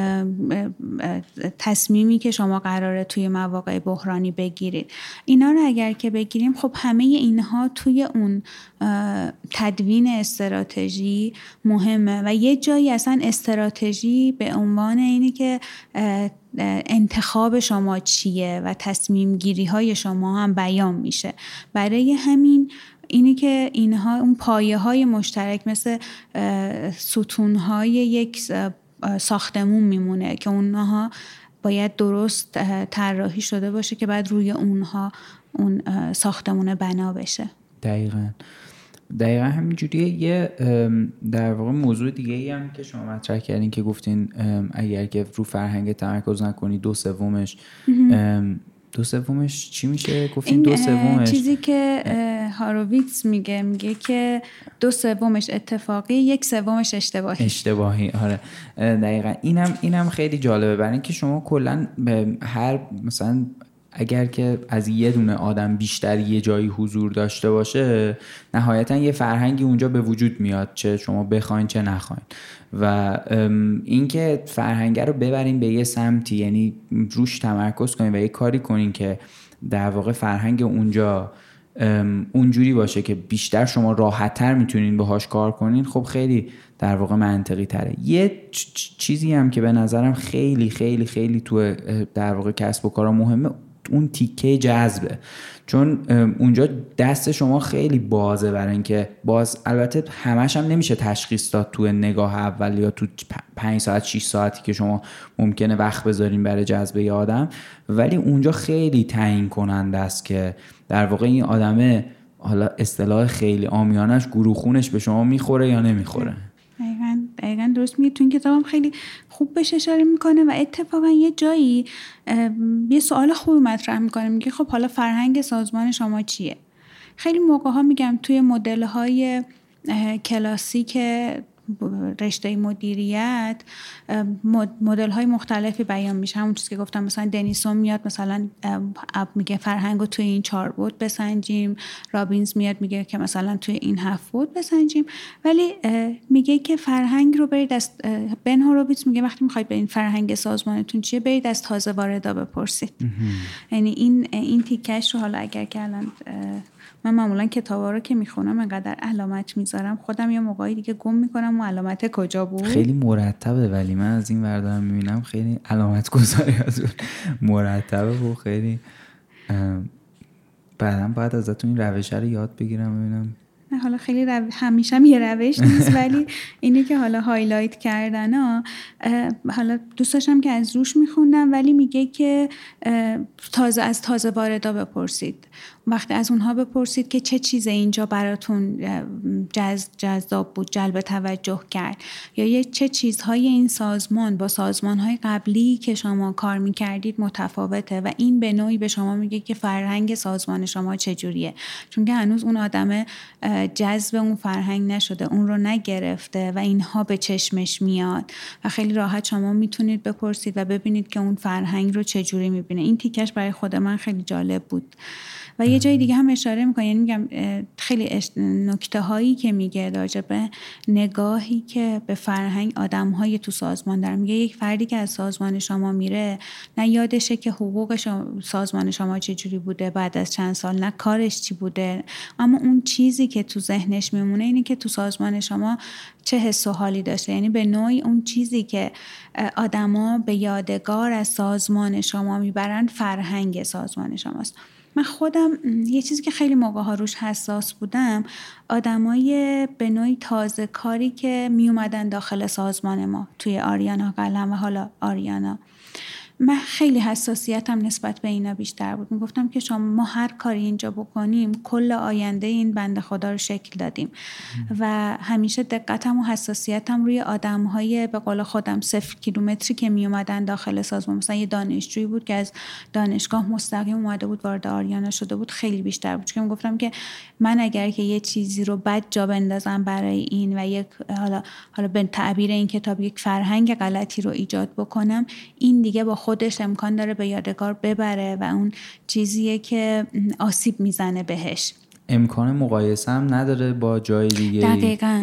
تصمیمی که شما قراره توی مواقع بحرانی بگیرید، اینا رو اگر که بگیریم خب همه اینها توی اون تدوین استراتژی مهمه و یه جایی اصلا استراتژی به عنوان اینی که انتخاب شما چیه و تصمیم گیری های شما هم بیان میشه. برای همین اینی که اینها اون پایه های مشترک مثل ستون های یک ساختمون میمونه که اونها باید درست طراحی شده باشه که بعد روی اونها اون ساختمون بنا بشه. دقیقا همینجوریه. یه در واقع موضوع دیگه ای هم که شما مطرح کردین که گفتین اگر که رو فرهنگ تمرکز نکنی دو سومش چی میشه؟ گفتین دو سومش چیزی که هاروویتز میگه که 2/3 اتفاقی، 1/3 اشتباهی. آره دقیقا. اینم خیلی جالبه برای اینکه شما کلا به هر مثلا اگر که از یه دونه آدم بیشتر یه جایی حضور داشته باشه نهایتا یه فرهنگی اونجا به وجود میاد، چه شما بخواین چه نخواین، و اینکه فرهنگ رو ببرین به یه سمتی، یعنی روش تمرکز کنین و یه کاری کنین که در واقع فرهنگ اونجا اونجوری باشه که بیشتر شما راحت‌تر میتونین باهاش کار کنین، خب خیلی در واقع منطقی تره. یه چیزی هم که به نظرم خیلی خیلی خیلی تو در واقع کسب و کارا مهمه، اون تیکه جذبه، چون اونجا دست شما خیلی بازه برای اینکه البته همش هم نمیشه تشخیص داد تو نگاه اول یا تو 5 ساعت 6 ساعتی که شما ممکنه وقت بذارین برای جذب یه آدم، ولی اونجا خیلی تعیین کننده است که در واقع این آدمه، حالا اصطلاح خیلی عامیانش، گروه خونش به شما میخوره یا نمیخوره. دقیقاً درست میگه. تو این کتابم خیلی خوب بهش اشاره میکنه و اتفاقا یه جایی یه سوال خوبی مطرح میکنه، میگه خب حالا فرهنگ سازمان شما چیه؟ خیلی موقع ها میگم توی مدل های کلاسیک رشته مدیریت مدل های مختلفی بیان میشه. همون چیزی که گفتم، مثلا دنیسون میاد مثلا میگه فرهنگ رو توی این 4 بود بسنجیم، رابینز میاد میگه که مثلا توی این 7 بود بسنجیم، ولی میگه که فرهنگ رو برید از بن هوروویتز میگه وقتی میخواید به این فرهنگ سازمانتون چیه برید از تازه واردا بپرسید. یعنی این تیکش رو حالا اگر که الان من معمولا کتابا رو که میخونم انقدر علامت میذارم خودم یه موقعی دیگه گم میکنم و علامت کجا بود. خیلی مرتبه، ولی من از این ور دارم میبینم خیلی علامت گذاری از اون مرتبه و خیلی بعداً باید ازتون این روش رو یاد بگیرم ببینم. نه حالا خیلی همیشه هم یه روش نیست ولی اینی که حالا هایلایت کردن حالا دوست داشتم که از روش میخوندم، ولی میگه که از تازه واردا بپرسید. وقتی از اونها بپرسید که چه چیز اینجا براتون جذاب بود، جلب توجه کرد، یا چه چیزهای این سازمان با سازمانهای قبلی که شما کار میکردید متفاوته و این به نوعی به شما میگه که فرهنگ سازمان شما چجوریه، چون که هنوز اون آدم جذب اون فرهنگ نشده، اون رو نگرفته و اینها به چشمش میاد و خیلی راحت شما میتونید بپرسید و ببینید که اون فرهنگ رو چجوری میبینه. این تیکش برای خود من خیلی جالب بود. و یه جای دیگه هم اشاره میکنه، یعنی میگم خیلی نکته هایی که میگه راجع به نگاهی که به فرهنگ آدم های تو سازمان دارن. میگه یک فردی که از سازمان شما میره نه یادشه که حقوق سازمان شما چجوری بوده بعد از چند سال، نه کارش چی بوده، اما اون چیزی که تو ذهنش میمونه اینه که تو سازمان شما چه حس و حالی داشته. یعنی به نوعی اون چیزی که آدما به یادگار از سازمان شما میبرن فرهنگ سازمان شماست. من خودم یه چیزی که خیلی موقع ها روش حساس بودم، آدمای به نوعی تازه کاری که می اومدن داخل سازمان ما توی آریانا قلم و حالا آریانا، من خیلی حساسیتم نسبت به اینا بیشتر بود. میگفتم که ما هر کاری اینجا بکنیم کل آینده این بنده خدا رو شکل دادیم و همیشه دقتم و حساسیتم روی آدم‌های به قول خودم 0 کیلومتری که می اومدن داخل سازمان. مثلا یه دانشجویی بود که از دانشگاه مستقیم اومده بود وارد آریانا شده بود، خیلی بیشتر بود. چون میگفتم که من اگر که یه چیزی رو بد جا بندازم برای این و یک حالا به تعبیر این کتاب یک فرهنگ غلطی رو ایجاد بکنم، این دیگه با خودش امکان داره به یادگار ببره و اون چیزیه که آسیب میزنه بهش. امکان مقایسه هم نداره با جای دیگه. دقیقاً.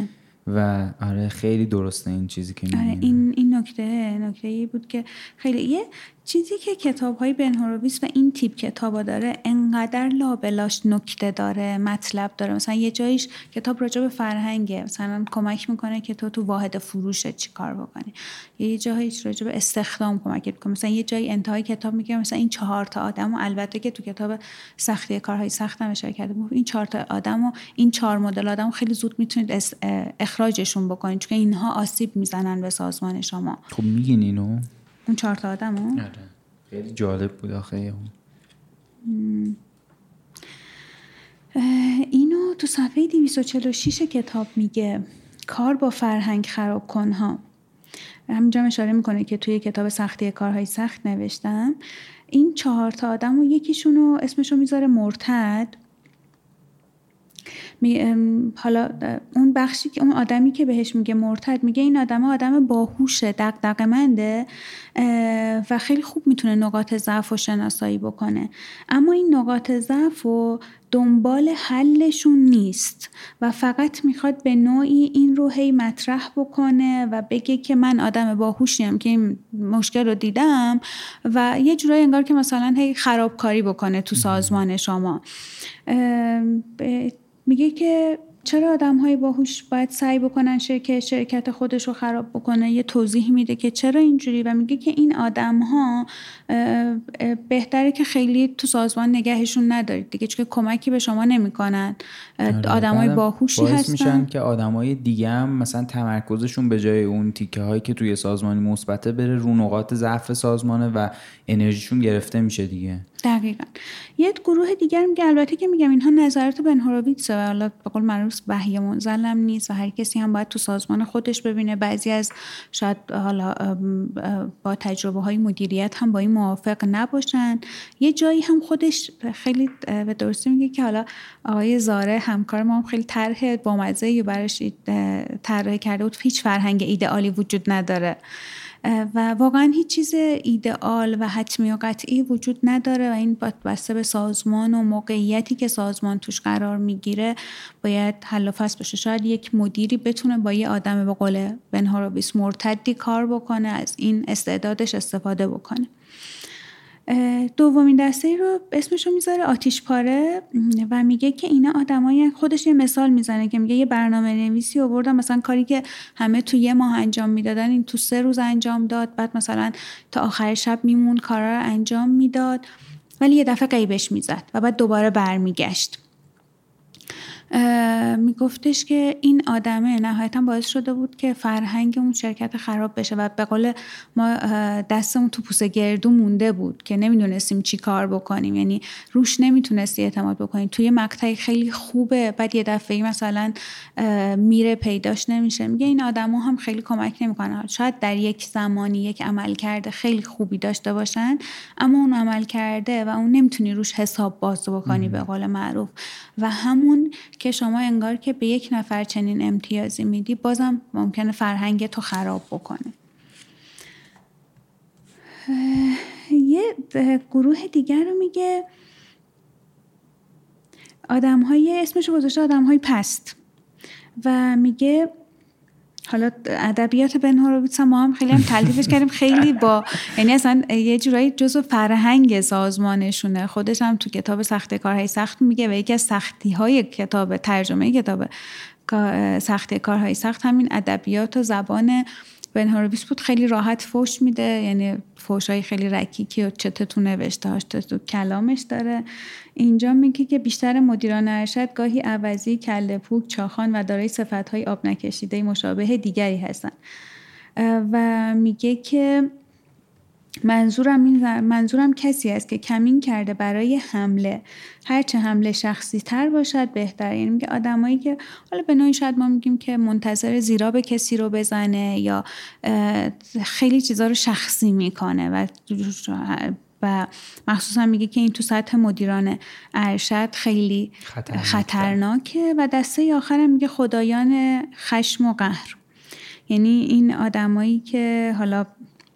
و آره خیلی درسته این چیزی که میگی. آره این نکته‌ای بود که خیلی یه چیزی که کتاب‌های بن هوروویتز و این تیپ کتابا داره، انقدر لابلاش نکته داره، مطلب داره. مثلا یه جایش کتاب راجع به فرهنگه، مثلا کمک میکنه که تو واحد فروشت چی کار بکنی. یه جایش راجع به استخدام کمک میکنه. مثلا یه جای انتهای کتاب میگه مثلا این 4 تا آدم، و البته که تو کتاب سختی کارهای سخت هم اشاره کرده، این 4 تا آدم و این 4 مدل آدم خیلی زود میتونید اخراجشون بکنید، چون اینها آسیب میزنن به سازمان شما. خب میگین اینو؟ اون 4 تا آدمو؟ آره. خیلی جالب بود آخه. اینو تو صفحه 246 کتاب میگه، کار با فرهنگ خراب کنها. همینجا اشاره میکنه که توی کتاب سختی کارهای سخت نوشتم این 4 تا آدم و یکیشونو اسمشو میذاره مرتد. حالا اون بخشی که اون آدمی که بهش میگه مرتد، میگه این آدم باهوشه، دغدغه‌منده و خیلی خوب میتونه نقاط ضعف رو شناسایی بکنه، اما این نقاط ضعف رو دنبال حلشون نیست و فقط میخواد به نوعی این رو هی مطرح بکنه و بگه که من آدم باهوشیم که این مشکل رو دیدم و یه جورایی انگار که مثلا هی خرابکاری بکنه تو سازمان شما. میگه که چرا آدم‌های باهوش باید سعی بکنن شرکت خودش رو خراب بکنه. یه توضیح میده که چرا اینجوری و میگه که این آدم‌ها بهتره که خیلی تو سازمان نگهشون ندارید دیگه، چون کمکی به شما نمی‌کنن. آدم‌های باهوشی هستن میشن که آدم‌های دیگه هم مثلا تمرکزشون به جای اون تیکه‌هایی که توی سازمانی مثبته بره رو نقاط ضعف سازمانه و انرژیشون گرفته میشه دیگه. دقیقاً. یه گروه دیگر میگه، البته که میگم اینها نظرات بن هورویتسه و حالا به قول معروف وحی منزلم نیست و هر کسی هم باید تو سازمان خودش ببینه. بعضی از شاید حالا با تجربه های مدیریت هم با این موافق نباشن. یه جایی هم خودش خیلی به درستی میگه که حالا آقای زاره همکار ما هم خیلی طرح بامزه‌ای براش طرح کرده بود، هیچ فرهنگ ایدئالی وجود نداره و واقعا هیچ چیز ایدئال و حتمی و قطعی وجود نداره و این بسته به سازمان و موقعیتی که سازمان توش قرار میگیره باید حل و فصل بشه. شاید یک مدیری بتونه با یه آدم به قول بن هورویتس مرتدی کار بکنه، از این استعدادش استفاده بکنه. دومین دسته رو اسمشو میذاره آتش پاره و میگه که اینا آدمایی، خودش یه مثال میزنه که میگه یه برنامه نویسی آوردن، مثلا کاری که همه تو یه ماه انجام میدادن این تو 3 روز انجام داد، بعد مثلا تا آخر شب میمون کارا رو انجام میداد ولی یه دفعه غیبش میزد و بعد دوباره برمیگشت. میگفتش که این آدمه نهایتا باعث شده بود که فرهنگ اون شرکت خراب بشه و به قول ما دستمون تو پوسه گردو مونده بود که نمیدونستیم چی کار بکنیم، یعنی روش نمیتونستی اعتماد بکنیم. توی مقطعی خیلی خوبه بعد یه دفعه مثلا میره پیداش نمیشه. میگه این آدما هم خیلی کمک نمیکنن. شاید در یک زمانی یک عمل کرده خیلی خوبی داشته باشن اما اون عمل کرده و اون نمیتونی روش حساب باز بکنی به قول معروف و همون که شما انگار که به یک نفر چنین امتیازی میدی بازم ممکنه فرهنگ تو خراب بکنه. یه گروه دیگر رو میگه آدم‌های، اسمشو گذاشته آدم‌های پست و میگه حالا ادبیات بن هورویتس ما هم خیلی هم تلطیفش کردیم، خیلی با یعنی اصلا یه جورایی جزو فرهنگ سازمانشونه. خودش هم تو کتاب سختی کارهای سخت میگه و یکی از سختی‌های کتاب ترجمه کتاب سختی کارهای سخت همین ادبیات و زبان بن هورویتس بود. خیلی راحت فوش میده، یعنی فوشای خیلی رکیکی و چته تو نوشته‌هاش تو کلامش داره. اینجا میگه که بیشتر مدیران ارشد گاهی عوضی، کله پوک، چاخان و دارای صفت‌های آب نکشیده مشابه دیگری هستن و میگه که منظورم کسی است که کمین کرده برای حمله، هرچه حمله شخصی تر باشد بهتر. یعنی میگه آدمایی که حالا به نوعی شاید ما میگیم که منتظر زیرا به کسی رو بزنه یا خیلی چیزا رو شخصی میکنه و مخصوصا میگه که این تو سطح مدیران ارشد خیلی خطرناکه. و دسته آخرم میگه خدایان خشم و قهر، یعنی این آدمایی که حالا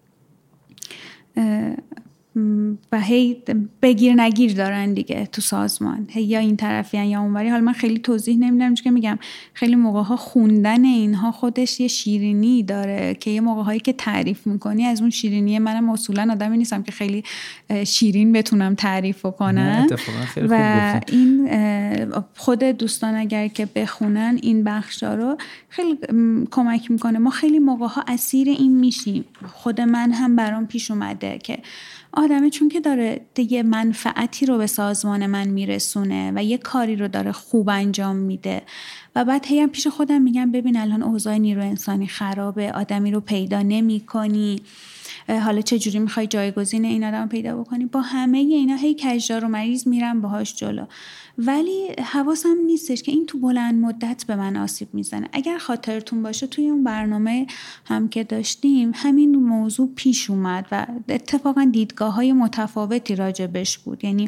و هی بگیر نگیر دارن دیگه تو سازمان، هی یا این طرفیان یا اونوری. حالا من خیلی توضیح نمیدم چون که میگم خیلی موقع‌ها خوندن اینها خودش یه شیرینی داره که یه موقع‌هایی که تعریف میکنی از اون شیرینیه. منم اصولا آدمی نیستم که خیلی شیرین بتونم تعریف کنم و این خود دوستان اگر که بخونن این بخشا رو خیلی کمک میکنه. ما خیلی موقع‌ها اسیر این میشیم، خود من هم برام پیش اومده که آدمه چون که داره یه منفعتی رو به سازمان من میرسونه و یه کاری رو داره خوب انجام میده و بعد هی هم پیش خودم میگم ببین الان اوضاع نیرو انسانی خرابه، آدمی رو پیدا نمی کنی، حالا چه جوری میخوای جایگزین این آدم پیدا بکنی. با همه اینا هی کجدار و مریض میرم باهاش جلو، ولی حواسم نیستش که این تو بلند مدت به من آسیب میزنه. اگر خاطرتون باشه توی اون برنامه هم که داشتیم همین موضوع پیش اومد و اتفاقا دیدگاه‌های متفاوتی راجبش بود. یعنی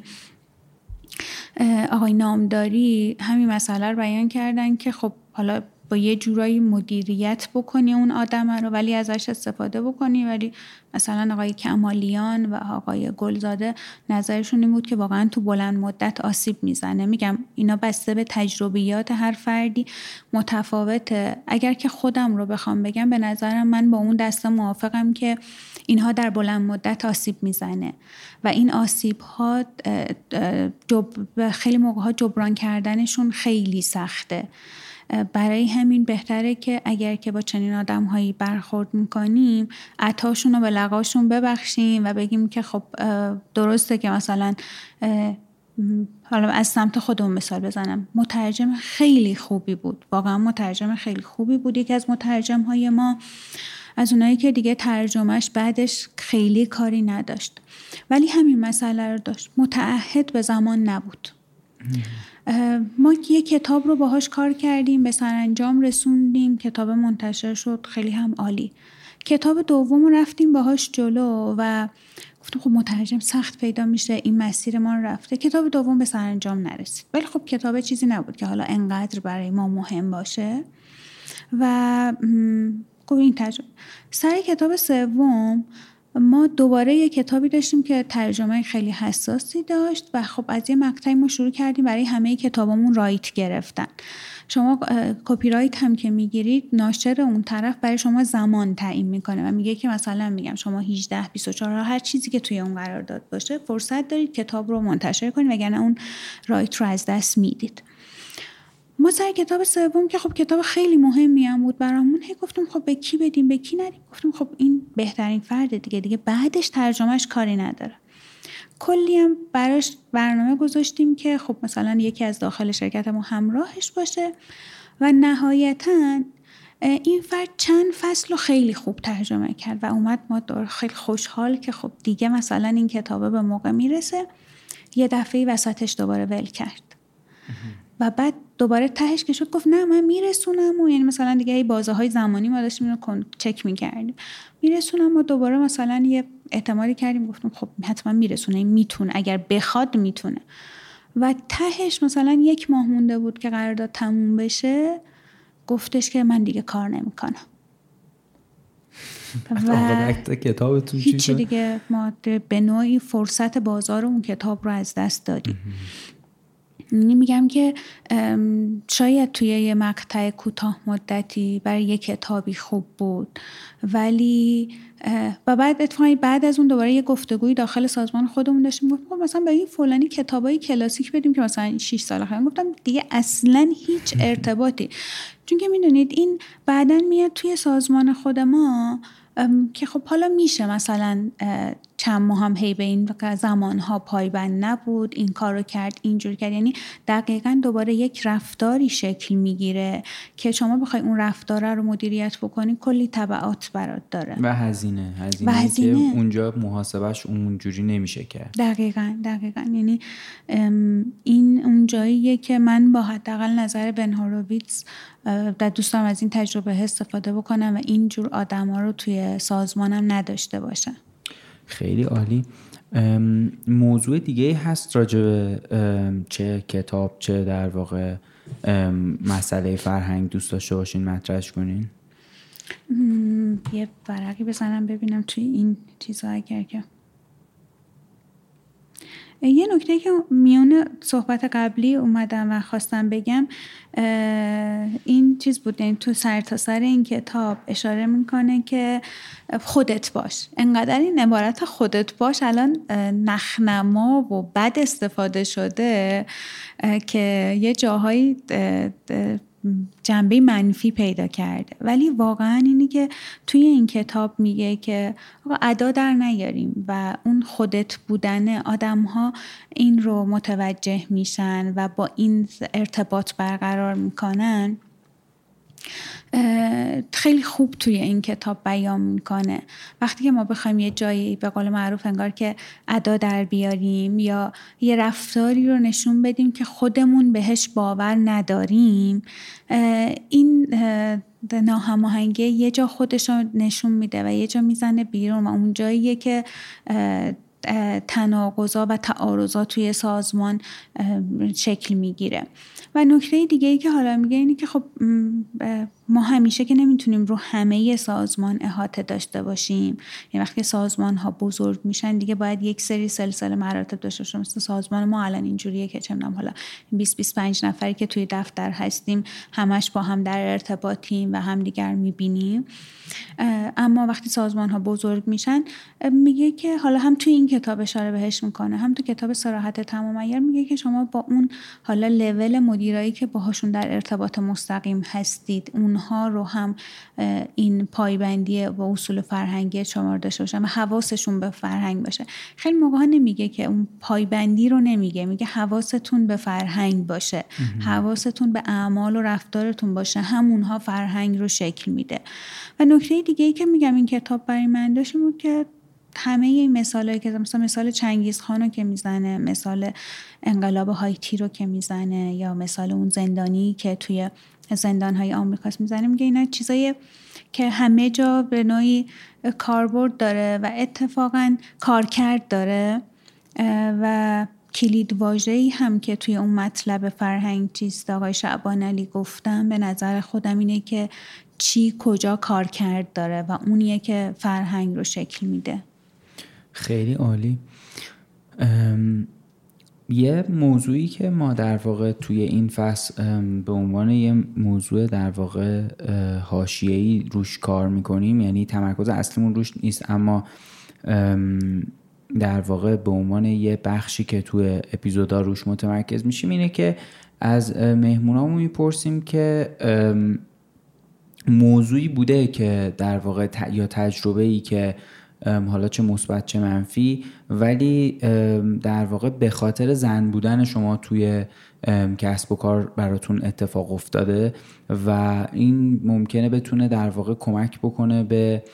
آقای نامداری همین مسئله رو بیان کردن که خب حالا با یه جورایی مدیریت بکنی اون آدم رو ولی ازش استفاده بکنی، ولی مثلا آقای کمالیان و آقای گلزاده نظرشون این بود که واقعا تو بلند مدت آسیب میزنه. میگم اینا بسته به تجربیات هر فردی متفاوته. اگر که خودم رو بخوام بگم به نظرم من با اون دسته موافقم که اینها در بلند مدت آسیب میزنه و این آسیب ها خیلی موقع ها جبران کردنشون خیلی سخته. برای همین بهتره که اگر که با چنین آدم هایی برخورد میکنیم عطاشون رو به لقاشون ببخشیم و بگیم که خب درسته که مثلا حالا از سمت خودم مثال بزنم، مترجم خیلی خوبی بود، واقعا مترجم خیلی خوبی بود، یکی از مترجم های ما، از اونایی که دیگه ترجمهش بعدش خیلی کاری نداشت، ولی همین مسئله رو داشت، متعهد به زمان نبود. ما یه کتاب رو باهاش کار کردیم، به سرانجام رسوندیم، کتاب منتشر شد، خیلی هم عالی. کتاب دوم رو رفتیم باهاش جلو و گفتم خب مترجم سخت پیدا میشه، این مسیر ما رو رفته. کتاب دوم به سرانجام نرسید، ولی خب کتاب چیزی نبود که حالا انقدر برای ما مهم باشه و این تجربه. سر کتاب سوم ما دوباره یه کتابی داشتیم که ترجمه خیلی حساسی داشت و خب از یه مقطعی ما شروع کردیم برای همه کتابامون رایت گرفتن. شما کپی رایت هم که میگیرید، ناشر اون طرف برای شما زمان تعیین میکنه و میگه که مثلا میگم شما 18 24 هر چیزی که توی اون قرارداد باشه فرصت دارید کتاب رو منتشر کنید، وگرنه اون رایت رو از دست میدید. ما سر کتاب سوم که خب کتاب خیلی مهمی هم بود برامون، گفتم خب به کی بدیم به کی ندیم. گفتم خب این بهترین فرد دیگه بعدش ترجمهش کاری نداره. کلی هم براش برنامه گذاشتیم که خب مثلا یکی از داخل شرکت ما همراهش باشه و نهایتاً این فرد چند فصل رو خیلی خوب ترجمه کرد و اومد. ما خیلی خوشحال که خب دیگه مثلا این کتابه به موقع میرسه. یه دفعه وسطش دوباره ول کرد و بعد دوباره تهش که شد گفت نه من میرسونم و یعنی مثلا دیگه این بازه های زمانی ما داشتیم اینو چک میکردیم، میرسونم و دوباره مثلا یه اعتمادی کردیم گفتم خب حتما میرسونه، میتونه، اگر بخواد میتونه. و تهش مثلا 1 ماه مونده بود که قرارداد تموم بشه، گفتش که من دیگه کار نمیکنم. و کتابتون چی هیچ دیگه ما به نوعی فرصت بازار اون کتاب رو از دست دادیم. میگم که شاید توی یه مقطع کوتاه مدتی برای یه کتابی خوب بود، ولی و بعد اتفاقی بعد از اون دوباره یه گفتگوی داخل سازمان خودمون داشتیم، گفتم مثلا به این فلانی کتابای کلاسیک بدیم که مثلا 6 سال خیلی. گفتم دیگه اصلا هیچ ارتباطی، چون که میدونید این بعداً میاد توی سازمان خود ما که خب حالا میشه مثلا چند ماه هم هی به این زمانها پایبند نبود، این کار رو کرد اینجور کرد، یعنی دقیقاً دوباره یک رفتاری شکل میگیره که شما بخوای اون رفتاره رو مدیریت بکنی کلی تبعات برات داره و هزینه که اونجا محاسبهش اونجوری نمیشه کرد. دقیقاً یعنی این اون جاییه که من با حداقل نظر بن هورویتز دوست دارم از این تجربه استفاده بکنم و اینجور آدما رو توی سازمانم نداشته باشم. خیلی عالی. موضوع دیگه هست راجع به چه کتاب چه در واقع مسئله فرهنگ دوست داشته باشین مطرحش کنین؟ یه ورقی بزنم ببینم توی این چیزها اگر که یه نکته که میونه صحبت قبلی اومدم و خواستم بگم این چیز بود، یعنی تو سر این کتاب اشاره میکنه که خودت باش. انقدر این عبارت خودت باش الان نخنما و بد استفاده شده که یه جاهایی جنبه منفی پیدا کرده، ولی واقعا اینی که توی این کتاب میگه که آقا ادا در نیاریم و اون خودت بودن آدم‌ها این رو متوجه میشن و با این ارتباط برقرار میکنن. خیلی خوب توی این کتاب بیان میکنه وقتی که ما بخوایم یه جایی به قول معروف انگار که ادا در بیاریم یا یه رفتاری رو نشون بدیم که خودمون بهش باور نداریم، این ناهماهنگی یه جا خودش رو نشون میده و یه جا میزنه بیرون و اون جاییه که تناقضا و تعارضا توی سازمان شکل میگیره. و نکته دیگه ای که حالا میگه اینه که خب ما همیشه که نمیتونیم رو همه سازمان احاطه داشته باشیم، یعنی وقتی سازمان ها بزرگ میشن دیگه باید یک سری سلسله مراتب داشته باشیم. مثل سازمان ما الان اینجوریه که چه میدونم حالا 20-25 نفری که توی دفتر هستیم همش با هم در ارتباطیم و همدیگر میبینیم. اما وقتی سازمان ها بزرگ میشن میگه که حالا هم توی این کتاب اشاره بهش میکنه هم تو کتاب صراحت تمام عیار میگه که شما با اون حالا لول مدیرایی که باهاشون در ارتباط مستقیم هستید اونها رو هم این پایبندی و اصول فرهنگی شما رو داشته باشن و حواسشون به فرهنگ باشه. خیلی موقعا نمیگه که اون پایبندی رو نمیگه، میگه حواستون به فرهنگ باشه، حواستون به اعمال و رفتارتون باشه، همونها فرهنگ رو شکل میده. و نکته دیگه ای که میگم این کتاب برای من داشت بود که همه این مثالایی که مثلا چنگیزخان رو که میزنه، مثال انقلاب هایتی رو که میزنه، یا مثال اون زندانی که توی زندان‌های آمریکاست میزنه، میگه اینا چیزایی که همه جا به نوعی کاربرد داره و اتفاقاً کارکرد داره و کلید واژه‌ای هم که توی اون مطلب فرهنگ چیست آقای شعبان علی گفتم، به نظر خودم اینه که چی کجا کارکرد داره و اونیه که فرهنگ رو شکل میده. خیلی عالی. یه موضوعی که ما در واقع توی این فصل به عنوان یه موضوع در واقع حاشیه‌ای روش کار میکنیم، یعنی تمرکز اصلیمون روش نیست، اما در واقع به عنوان یه بخشی که توی اپیزودا روش متمرکز میشیم، اینه که از مهمونامون میپرسیم که موضوعی بوده که در واقع یا تجربه‌ای که حالا چه مثبت چه منفی، ولی در واقع به خاطر زن بودن شما توی کسب و کار براتون اتفاق افتاده و این ممکنه بتونه در واقع کمک بکنه به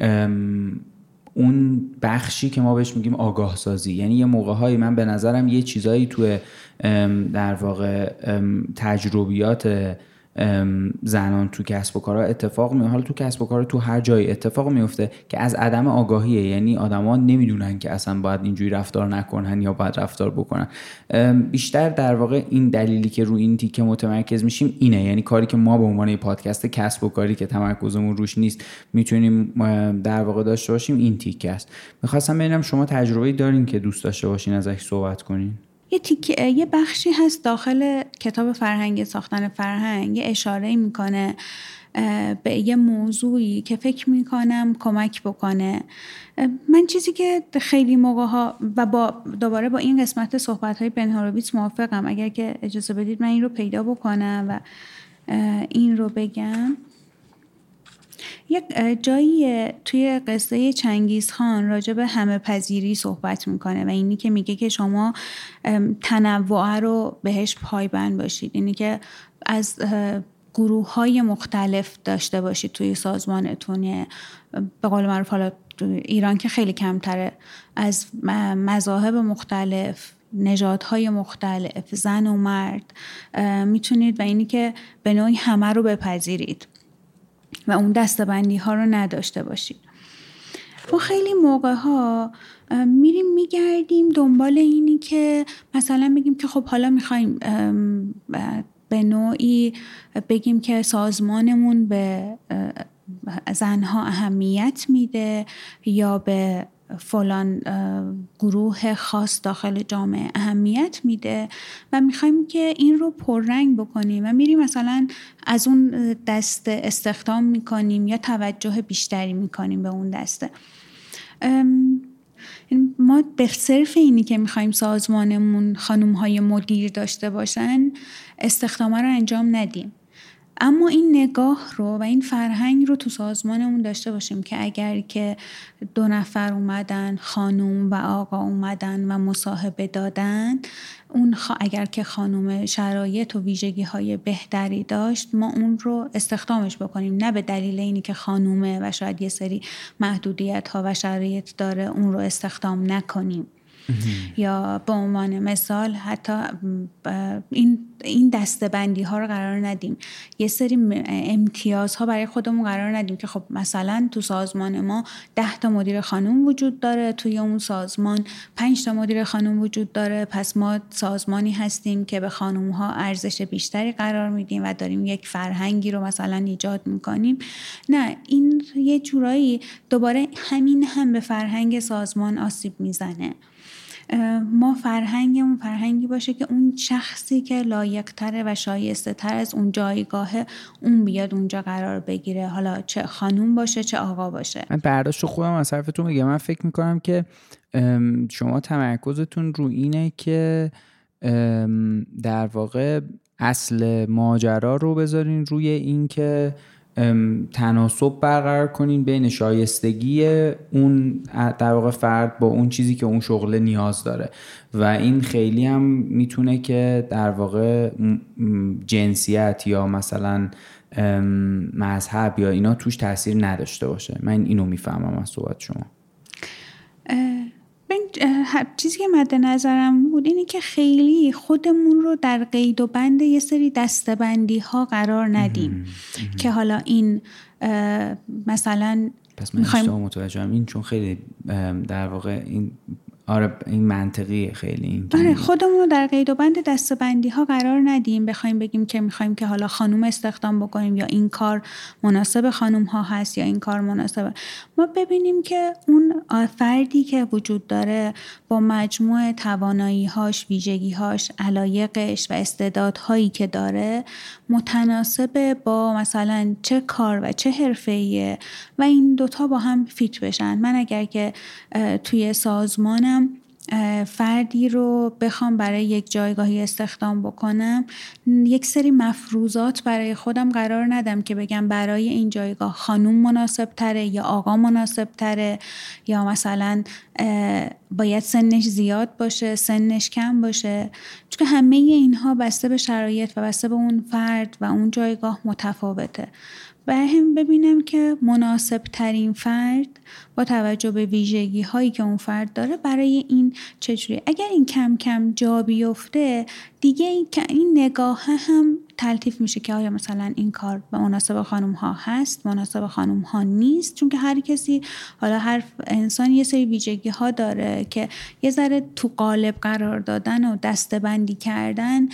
اون بخشی که ما بهش میگیم آگاه سازی. یعنی یه موقع‌هایی من به نظرم یه چیزایی توی در واقع تجربیات زنان تو کسب و کارها اتفاق میفته، حالا تو کسب و کار تو هر جایی اتفاق میفته که از عدم آگاهیه. یعنی آدما نمیدونن که اصلا باید اینجوری رفتار نکنن یا باید رفتار بکنن. بیشتر در واقع این دلیلی که رو این تیکه متمرکز میشیم اینه، یعنی کاری که ما به عنوان یه پادکست کسب و کاری که تمرکزمون روش نیست میتونیم در واقع داشته باشیم این تیکه است. می‌خواستم ببینم شما تجربه‌ای دارین که دوست داشته باشین ازش صحبت کنین؟ یه بخشی هست داخل کتاب فرهنگ ساختن فرهنگ، یه اشاره میکنه به یه موضوعی که فکر میکنم کمک بکنه. من چیزی که خیلی موقع‌ها و دوباره با این قسمت صحبت‌های بن هورویتز موافقم، اگر که اجازه بدید من این رو پیدا بکنم و این رو بگم. یک جایی توی قصه چنگیزخان راجع به همه پذیری صحبت میکنه و اینی که میگه که شما تنوع رو بهش پایبند باشید، اینی که از گروه‌های مختلف داشته باشید توی سازمانتون. به قول معروف حالا ایران که خیلی کمتره، از مذاهب مختلف، نژادهای مختلف، زن و مرد میتونید و اینی که به نوعی همه رو بپذیرید و اون دسته‌بندی ها رو نداشته باشید. ما خیلی موقع ها میریم میگردیم دنبال اینی که مثلا بگیم که خب حالا میخوایم به نوعی بگیم که سازمانمون به زنها اهمیت میده یا به فلان گروه خاص داخل جامعه اهمیت میده و میخوایم که این رو پررنگ بکنیم و میریم مثلا از اون دسته استخدام میکنیم یا توجه بیشتری میکنیم به اون دسته. ما به صرف اینی که میخوایم سازمانمون خانم‌های مدیر داشته باشن استخدامه رو انجام ندیم، اما این نگاه رو و این فرهنگ رو تو سازمانمون داشته باشیم که اگر که 2 نفر اومدن، خانم و آقا اومدن و مصاحبه دادن، اون اگر که خانم شرایط و ویژگی‌های بهتری داشت ما اون رو استخدامش بکنیم، نه به دلیل اینی که خانومه و شاید یه سری محدودیت‌ها و شرایط داره اون رو استخدام نکنیم. یا به عنوان مثال حتی این دسته‌بندی ها رو قرار ندیم، یه سری امتیازها برای خودمون قرار ندیم که خب مثلا تو سازمان ما 10 تا مدیر خانم وجود داره، توی اون سازمان 5 تا مدیر خانم وجود داره، پس ما سازمانی هستیم که به خانم ها ارزش بیشتری قرار میدیم و داریم یک فرهنگی رو مثلا ایجاد میکنیم. نه، این یه جورایی دوباره همین هم به فرهنگ سازمان آسیب میزنه. ما فرهنگمون فرهنگی باشه که اون شخصی که لایق‌تره و شایسته-تر از اون جایگاهه اون بیاد اونجا قرار بگیره، حالا چه خانوم باشه چه آقا باشه. من برداشت خودم از حرفتون میگم، من فکر میکنم که شما تمرکزتون رو اینه که در واقع اصل ماجرا رو بذارین روی این که تناسب برقرار کنین بین شایستگی اون در واقع فرد با اون چیزی که اون شغل نیاز داره و این خیلی هم میتونه که در واقع جنسیت یا مثلا مذهب یا اینا توش تاثیر نداشته باشه. من اینو میفهمم از صحبت شما. چیزی که مد نظرم بود اینه که خیلی خودمون رو در قید و بند یه سری دسته‌بندی ها قرار ندیم که حالا این مثلا پس من اشتباه متوجهم این چون خیلی در واقع این منطقیه خیلی این. آره خودمون رو در قید و بند دسته‌بندی ها قرار ندیم بخوایم بگیم که میخوایم که حالا خانم استخدام بکنیم یا این کار مناسب خانم ها هست یا این کار مناسبه. ما ببینیم که اون فردی که وجود داره با مجموع توانایی هاش، ویژگی هاش، علایقش و استعدادهایی که داره متناسب با مثلا چه کار و چه حرفه‌ایه و این دوتا با هم فیت بشن. من اگر که توی سازمانم فردی رو بخوام برای یک جایگاهی استخدام بکنم، یک سری مفروضات برای خودم قرار ندم که بگم برای این جایگاه خانوم مناسب تره یا آقا مناسب تره یا مثلا باید سنش زیاد باشه سنش کم باشه، چون همه اینها بسته به شرایط و بسته به اون فرد و اون جایگاه متفاوته. برای هم ببینم که مناسب ترین فرد با توجه به ویژگی هایی که اون فرد داره برای این چجوری. اگر این کم کم جا بیفته دیگه این نگاه هم تلطیف میشه که آیا مثلا این کار به مناسب خانم ها هست، مناسب خانم ها نیست، چون که هر کسی حالا هر انسان یه سری ویژگی ها داره که یه ذره تو قالب قرار دادن و دسته‌بندی کردن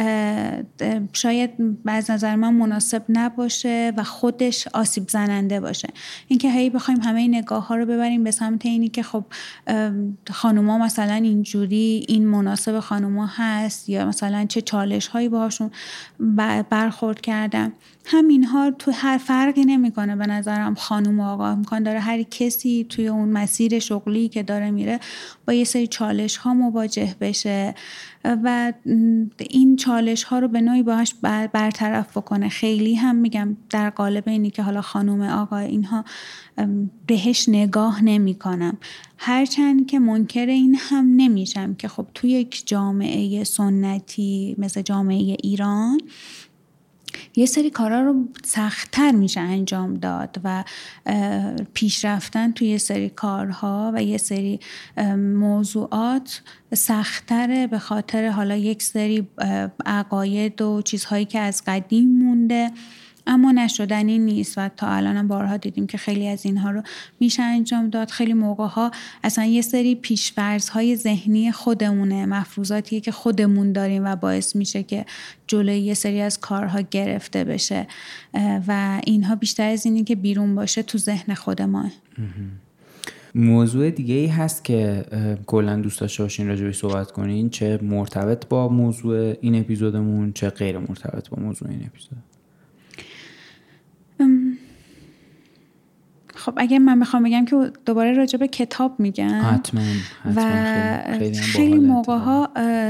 شاید از نظر من مناسب نباشه و خودش آسیب زننده باشه. اینکه هی بخوایم همه نگاه ها رو ببریم به سمت اینی که خب خانوما مثلا اینجوری این مناسب خانوما هست یا مثلا چه چالش هایی باهاشون برخورد کردم، همینها تو هر فرقی نمیکنه به نظرم خانم و آقا. امکان داره هر کسی توی اون مسیر شغلی که داره میره با یه سری چالش ها مواجه بشه و این چالش ها رو به نوعی باهاش برطرف بکنه. خیلی هم میگم در قالب اینی که حالا خانم آقا اینها بهش نگاه نمی کنم، هرچند که منکر این هم نمیشم که خب توی یک جامعه سنتی مثل جامعه ایران یه سری کارا رو سخت‌تر میشه انجام داد و پیش رفتن توی یه سری کارها و یه سری موضوعات سخت‌تره به خاطر حالا یک سری عقاید و چیزهایی که از قدیم مونده اما نشدنی نیست و تا الان هم بارها دیدیم که خیلی از اینها رو میشه انجام داد. خیلی موقع‌ها اصلا یه سری پیش‌فرض‌های ذهنی خودمونه، مفروضاتیه که خودمون داریم و باعث میشه که جلوی یه سری از کارها گرفته بشه و اینها بیشتر از اینی که بیرون باشه تو ذهن خود ما. موضوع دیگه ای هست که کلا دوست داشته باشین راجع بهش صحبت کنین، چه مرتبط با موضوع این اپیزودمون چه غیر مرتبط با موضوع این اپیزود؟ خب اگه من بخوام بگم که دوباره راجع به کتاب میگم حتما و خیلی موقع‌ها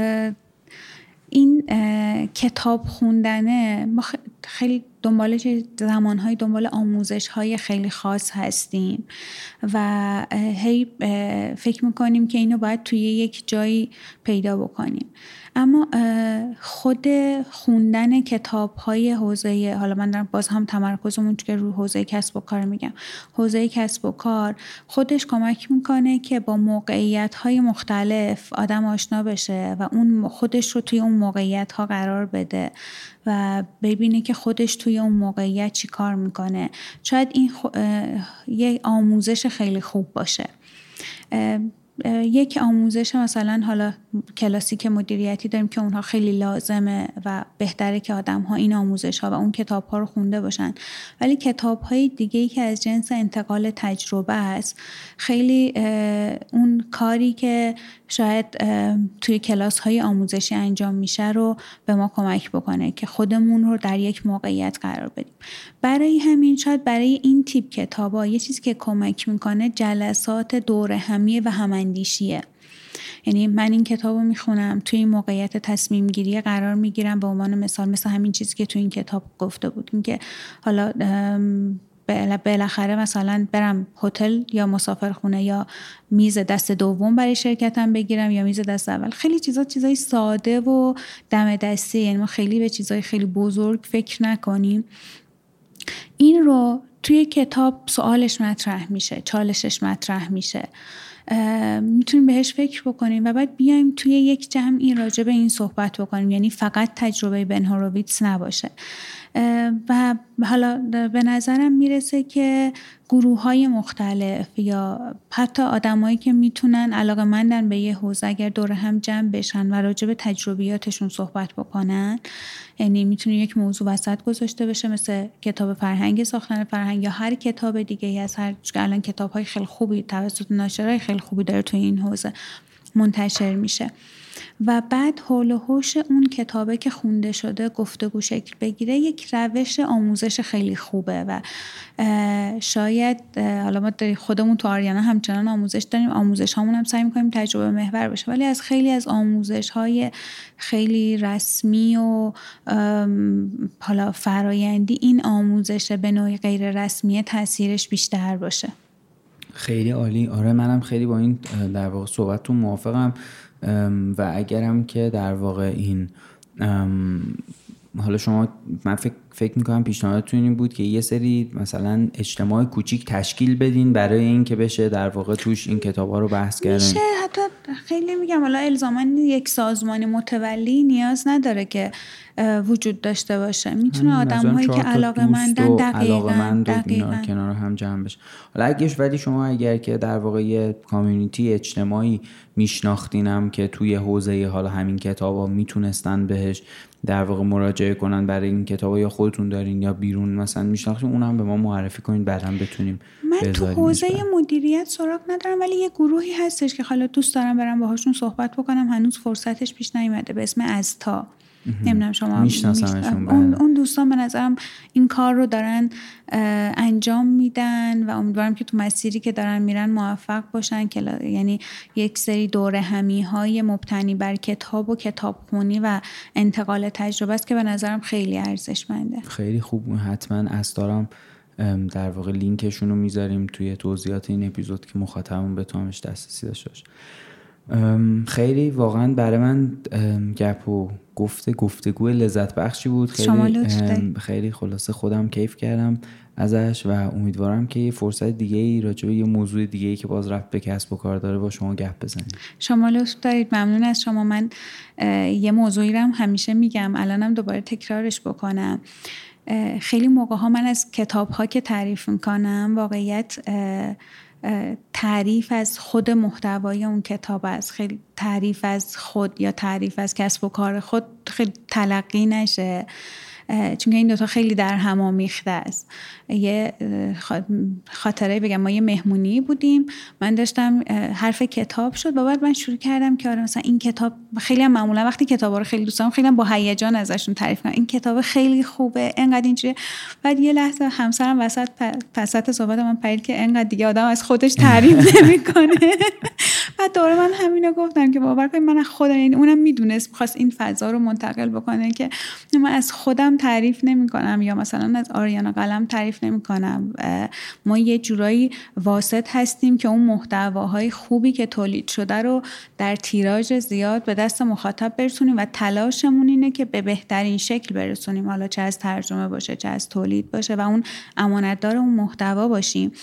این کتاب خوندنه ما خیلی دنبال زمانهای دنبال آموزش‌های خیلی خاص هستیم و هی فکر میکنیم که اینو باید توی یک جایی پیدا بکنیم، اما خود خوندن کتاب‌های حوزه، حالا من دارم باز هم تمرکزمون که رو حوزه کسب و کار میگم، حوزه کسب و کار خودش کمک میکنه که با موقعیت‌های مختلف آدم آشنا بشه و اون خودش رو توی اون موقعیت‌ها قرار بده و ببینه که خودش توی اون موقعیت چی کار میکنه. شاید این یه آموزش خیلی خوب باشه. یک آموزش مثلا حالا کلاسیک مدیریتی داریم که اونها خیلی لازمه و بهتره که آدم ها این آموزش ها و اون کتاب ها رو خونده باشن، ولی کتاب های دیگه‌ای که از جنس انتقال تجربه است خیلی اون کاری که شاید توی کلاس های آموزشی انجام میشه رو به ما کمک بکنه که خودمون رو در یک موقعیت قرار بدیم. برای همین شاید برای این تیپ کتابا یه چیزی که کمک میکنه جلسات دوره همیه و هماندیشیه. یعنی من این کتاب رو میخونم توی این موقعیت تصمیم گیری قرار میگیرم، به عنوان مثال مثل همین چیزی که توی این کتاب گفته بودیم که حالا بالاخره مثلا برم هتل یا مسافرخونه یا میز دست دوم برای شرکتم بگیرم یا میز دست اول. خیلی چیزای ساده و دم دستی، یعنی ما خیلی به چیزای خیلی بزرگ فکر نکنیم. این رو توی کتاب سوالش مطرح میشه، چالشش مطرح میشه میتونیم بهش فکر بکنیم و بعد بیایم توی یک جمعی راجع به این صحبت بکنیم، یعنی فقط تجربه بن هورویتس نباشه. و حالا به نظرم میرسه که گروه‌های مختلف یا حتی آدمایی که میتونن علاقه‌مندن به یه حوزه اگر دور هم جمع بشن و راجع به تجربیاتشون صحبت بکنن، یعنی میتونه یک موضوع وسط گذاشته بشه مثل کتاب فرهنگ ساختن فرهنگ یا هر کتاب دیگه‌ای از هر الان کتاب‌های خیلی خوبی توسط ناشرای خیلی خوبی داره توی این حوزه منتشر میشه و بعد حول و حوش اون کتابه که خونده شده گفتگو شکل بگیره، یک روش آموزش خیلی خوبه و شاید حالا ما خودمون تو آریانا همچنان آموزش داریم، آموزش هامون هم سعی می‌کنیم تجربه محور باشه، ولی از خیلی از آموزش های خیلی رسمی و حالا فرایندی این آموزش به نوعی غیر رسمی تاثیرش بیشتر باشه. خیلی عالی. آره منم خیلی با این در واقع صحبتتون موافقم و اگرم که در واقع این حالا شما من فکر میکنم پیشنهادتون این بود که یه سری مثلا اجتماع کوچیک تشکیل بدین برای این که بشه در واقع توش این کتابا رو بحث کردن. میشه حتی خیلی میگم حالا الزاما یک سازمان متولی نیاز نداره که وجود داشته باشه، میتونه آدم‌هایی که علاقه‌مندن دقیقاً کنار هم جمع بشه. حالا ولی شما اگر که در واقع یه کامیونیتی اجتماعی میشناختینم که توی حوزه حالا همین کتابا میتونستن بهش در واقع مراجعه کنن برای این کتابا، یا خودتون دارین یا بیرون مثلا میشناختین، اونم به ما معرفی کنین بعداً بتونیم من تو حوزه مدیریت سراغ ندارم، ولی یه گروهی هستش که حالا دوست دارم برم باهاشون صحبت بکنم، هنوز فرصتش پیش نیومده، به اسم ازتا. نمیدونم شما میشناسمشون. اون دوستان به نظرم این کار رو دارن انجام میدن و امیدوارم که تو مسیری که دارن میرن موفق باشن، که یعنی یک سری دوره همی های مبتنی بر کتاب و کتابخونی و انتقال تجربه است که به نظرم خیلی ارزشمنده. خیلی خوب. حتما از دارم در واقع لینکشون رو میذاریم توی توضیحات این اپیزود که مخاطبمون بتونمش دسترسی داشته باشه. خیلی واقعا برای من گپ و گفتگو لذت بخشی بود. خیلی خلاصه خودم کیف کردم ازش و امیدوارم که یه فرصت دیگه‌ای راجع به یه موضوع دیگه‌ای که باز رفت به کسب و کار داره با شما گپ بزنیم. شما لطف دارید. ممنون از شما. من یه موضوعی رو هم همیشه میگم، الانم دوباره تکرارش بکنم. خیلی موقع‌ها من از کتاب‌ها که تعریف می‌کنم واقعیت تعریف از خود محتوای اون کتاب است، خیلی تعریف از خود یا تعریف از کسب و کار خود خیلی تلقی نشه، چون این دوتا خیلی در هم آمیخته است. یه خاطره بگم، ما یه مهمونی بودیم، من داشتم حرف کتاب شد و بعد من شروع کردم که آره مثلا این کتاب خیلی هم معمولا وقتی کتابا رو خیلی دوست دارم خیلی هم با هیجان ازشون تعریف کنم، این کتاب خیلی خوبه انقدر اینجوری. بعد یه لحظه همسرم وسط صحبت من پرید که انقدر دیگه آدم از خودش تعریف نمیکنه. بعد دوره من همینو گفتم که باور کنید من از خودم، یعنی اونم میدونست می‌خواست این فضا رو منتقل بکنه که من از خودم تعریف نمی‌کنم یا مثلا از آریانا قلم تعریف نمی‌کنم. ما یه جورایی واسط هستیم که اون محتواهای خوبی که تولید شده رو در تیراژ زیاد به دست مخاطب برسونیم و تلاشمون اینه که به بهترین شکل برسونیم، حالا چه از ترجمه باشه چه از تولید باشه و اون امانتدار اون محتوا باشیم.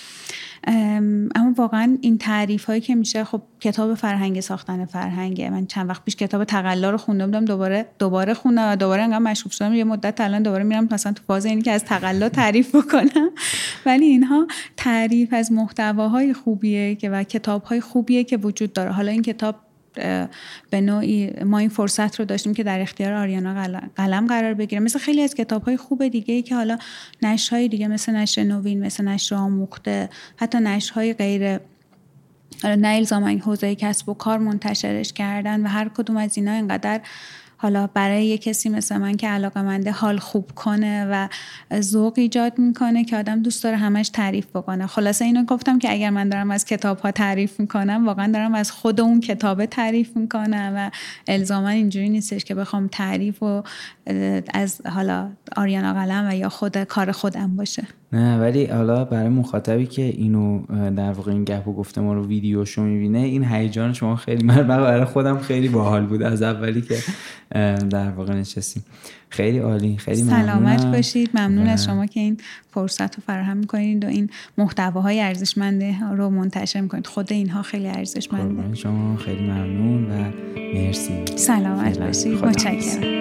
اما واقعا این تعریف هایی که میشه، خب کتاب فرهنگ ساختن فرهنگه، من چند وقت پیش کتاب تقلا رو خوندم، دوباره خوندم و دوباره انقدر مشغول شدم یه مدت الان دوباره میرم مثلا تو فاز اینی که از تقلا تعریف بکنم. ولی اینها تعریف از محتواهای خوبیه که و کتاب‌های خوبیه که وجود داره. حالا این کتاب به نوعی ما این فرصت رو داشتیم که در اختیار آریانا قلم قرار بگیره، مثل خیلی از کتاب‌های خوب دیگه‌ای که حالا نشرهای دیگه مثل نشر نوین، مثل نشر آموخته، حتی نشرهای غیر نه الزاما حوزه کسب و کار منتشرش کردن و هر کدوم از اینا اینقدر حالا برای یه کسی مثل من که علاقه‌منده حال خوب کنه و ذوق ایجاد میکنه که آدم دوست داره همش تعریف بکنه. خلاصه اینو گفتم که اگر من دارم از کتاب‌ها تعریف میکنم واقعا دارم از خود اون کتابه تعریف میکنم و الزاما اینجوری نیستش که بخوام تعریف و از حالا آریانا قلم و یا خود کار خودم باشه. نه ولی حالا برای مخاطبی که اینو در واقع این گپ و گفته ما رو ویدیوشو میبینه، این هیجان شما خیلی من برای خودم خیلی باحال بود از اولی که در واقع نشستیم. خیلی عالی، خیلی سلامت باشید. ممنون از شما که این فرصت رو فراهم میکنید و این محتواهای ارزشمنده رو منتشر میکنید. خود اینها خیلی ارزشمنده. شما خیلی ممنون و مرسی. سلامت باشید. متشکرم.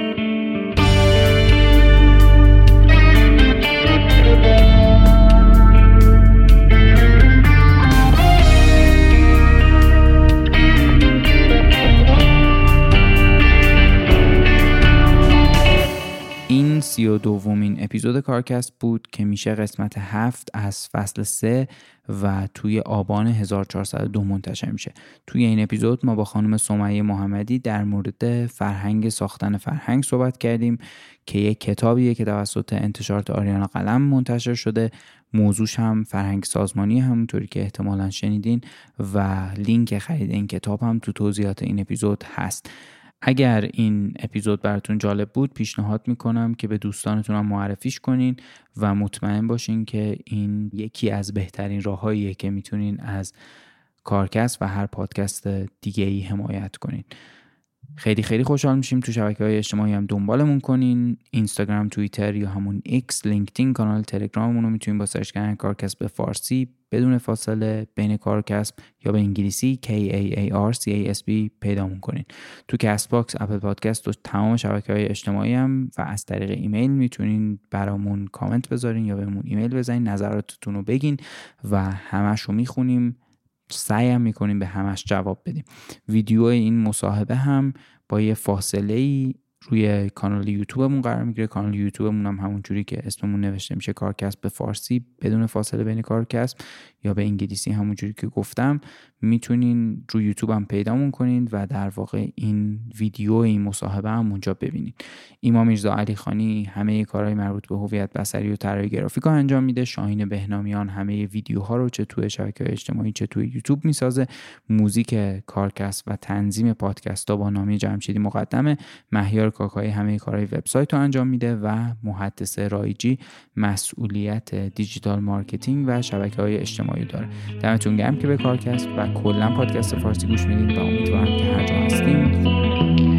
این 32مین اپیزود کارکست بود که میشه قسمت 7 از فصل 3 و توی آبان 1402 منتشر میشه. توی این اپیزود ما با خانم سمیه محمدی در مورد فرهنگ ساختن فرهنگ صحبت کردیم که یک کتابیه که توسط انتشارات آریانا قلم منتشر شده. موضوعش هم فرهنگ سازمانی، همونطوری که احتمالاً شنیدین، و لینک خرید این کتاب هم تو توضیحات این اپیزود هست. اگر این اپیزود براتون جالب بود پیشنهاد میکنم که به دوستانتون هم معرفیش کنین و مطمئن باشین که این یکی از بهترین راهاییه که میتونین از کارکست و هر پادکست دیگه‌ای حمایت کنین. خیلی خیلی خوشحال میشیم تو شبکه‌های اجتماعی هم دنبالمون کنین. اینستاگرام، توییتر یا همون ایکس، لینکدین، کانال تلگراممون رو میتونین با سرچ کردن کارکست به فارسی بدون فاصله بین کارکست یا به انگلیسی KAARCASB پیدامون کنین. تو کست باکس، اپل پادکست و تمام شبکه‌های اجتماعی هم و از طریق ایمیل میتونین برامون کامنت بذارین یا بهمون ایمیل بزنین، نظراتتون رو بگین و همش رو میخونیم. سعی میکنیم به همش جواب بدیم. ویدیو این مصاحبه هم با یه فاصله‌ای روی کانال یوتیوبمون قرار میگیره. کانال یوتیوبمون هم همون جوری که اسممون نوشته میشه کارکست به فارسی بدون فاصله بین کارکست یا به انگلیسی همون جوری که گفتم، میتونین روی یوتیوب هم پیدامون کنین و در واقع این ویدیو این مصاحبه هم اونجا ببینین. ایمان میرزا علیخانی همه کارهای مربوط به هویت بصری و طراحی گرافیک انجام میده. شاهین بهنامیان همه ویدیوها رو چه توی شبکه‌های اجتماعی چه توی یوتیوب میسازه. موزیک کارکست و تنظیم پادکست‌ها با نامی جمشیدی مقدمه. مهیار کاکایی همه کارهای وبسایت رو انجام میده و محدث رایجی مسئولیت دیجیتال مارکتینگ و شبکه‌های اجتماعی داره. دمتون گرم که به کارکست و کلا پادکست فارسی گوش میدین و امیدوارم که هر جا هستین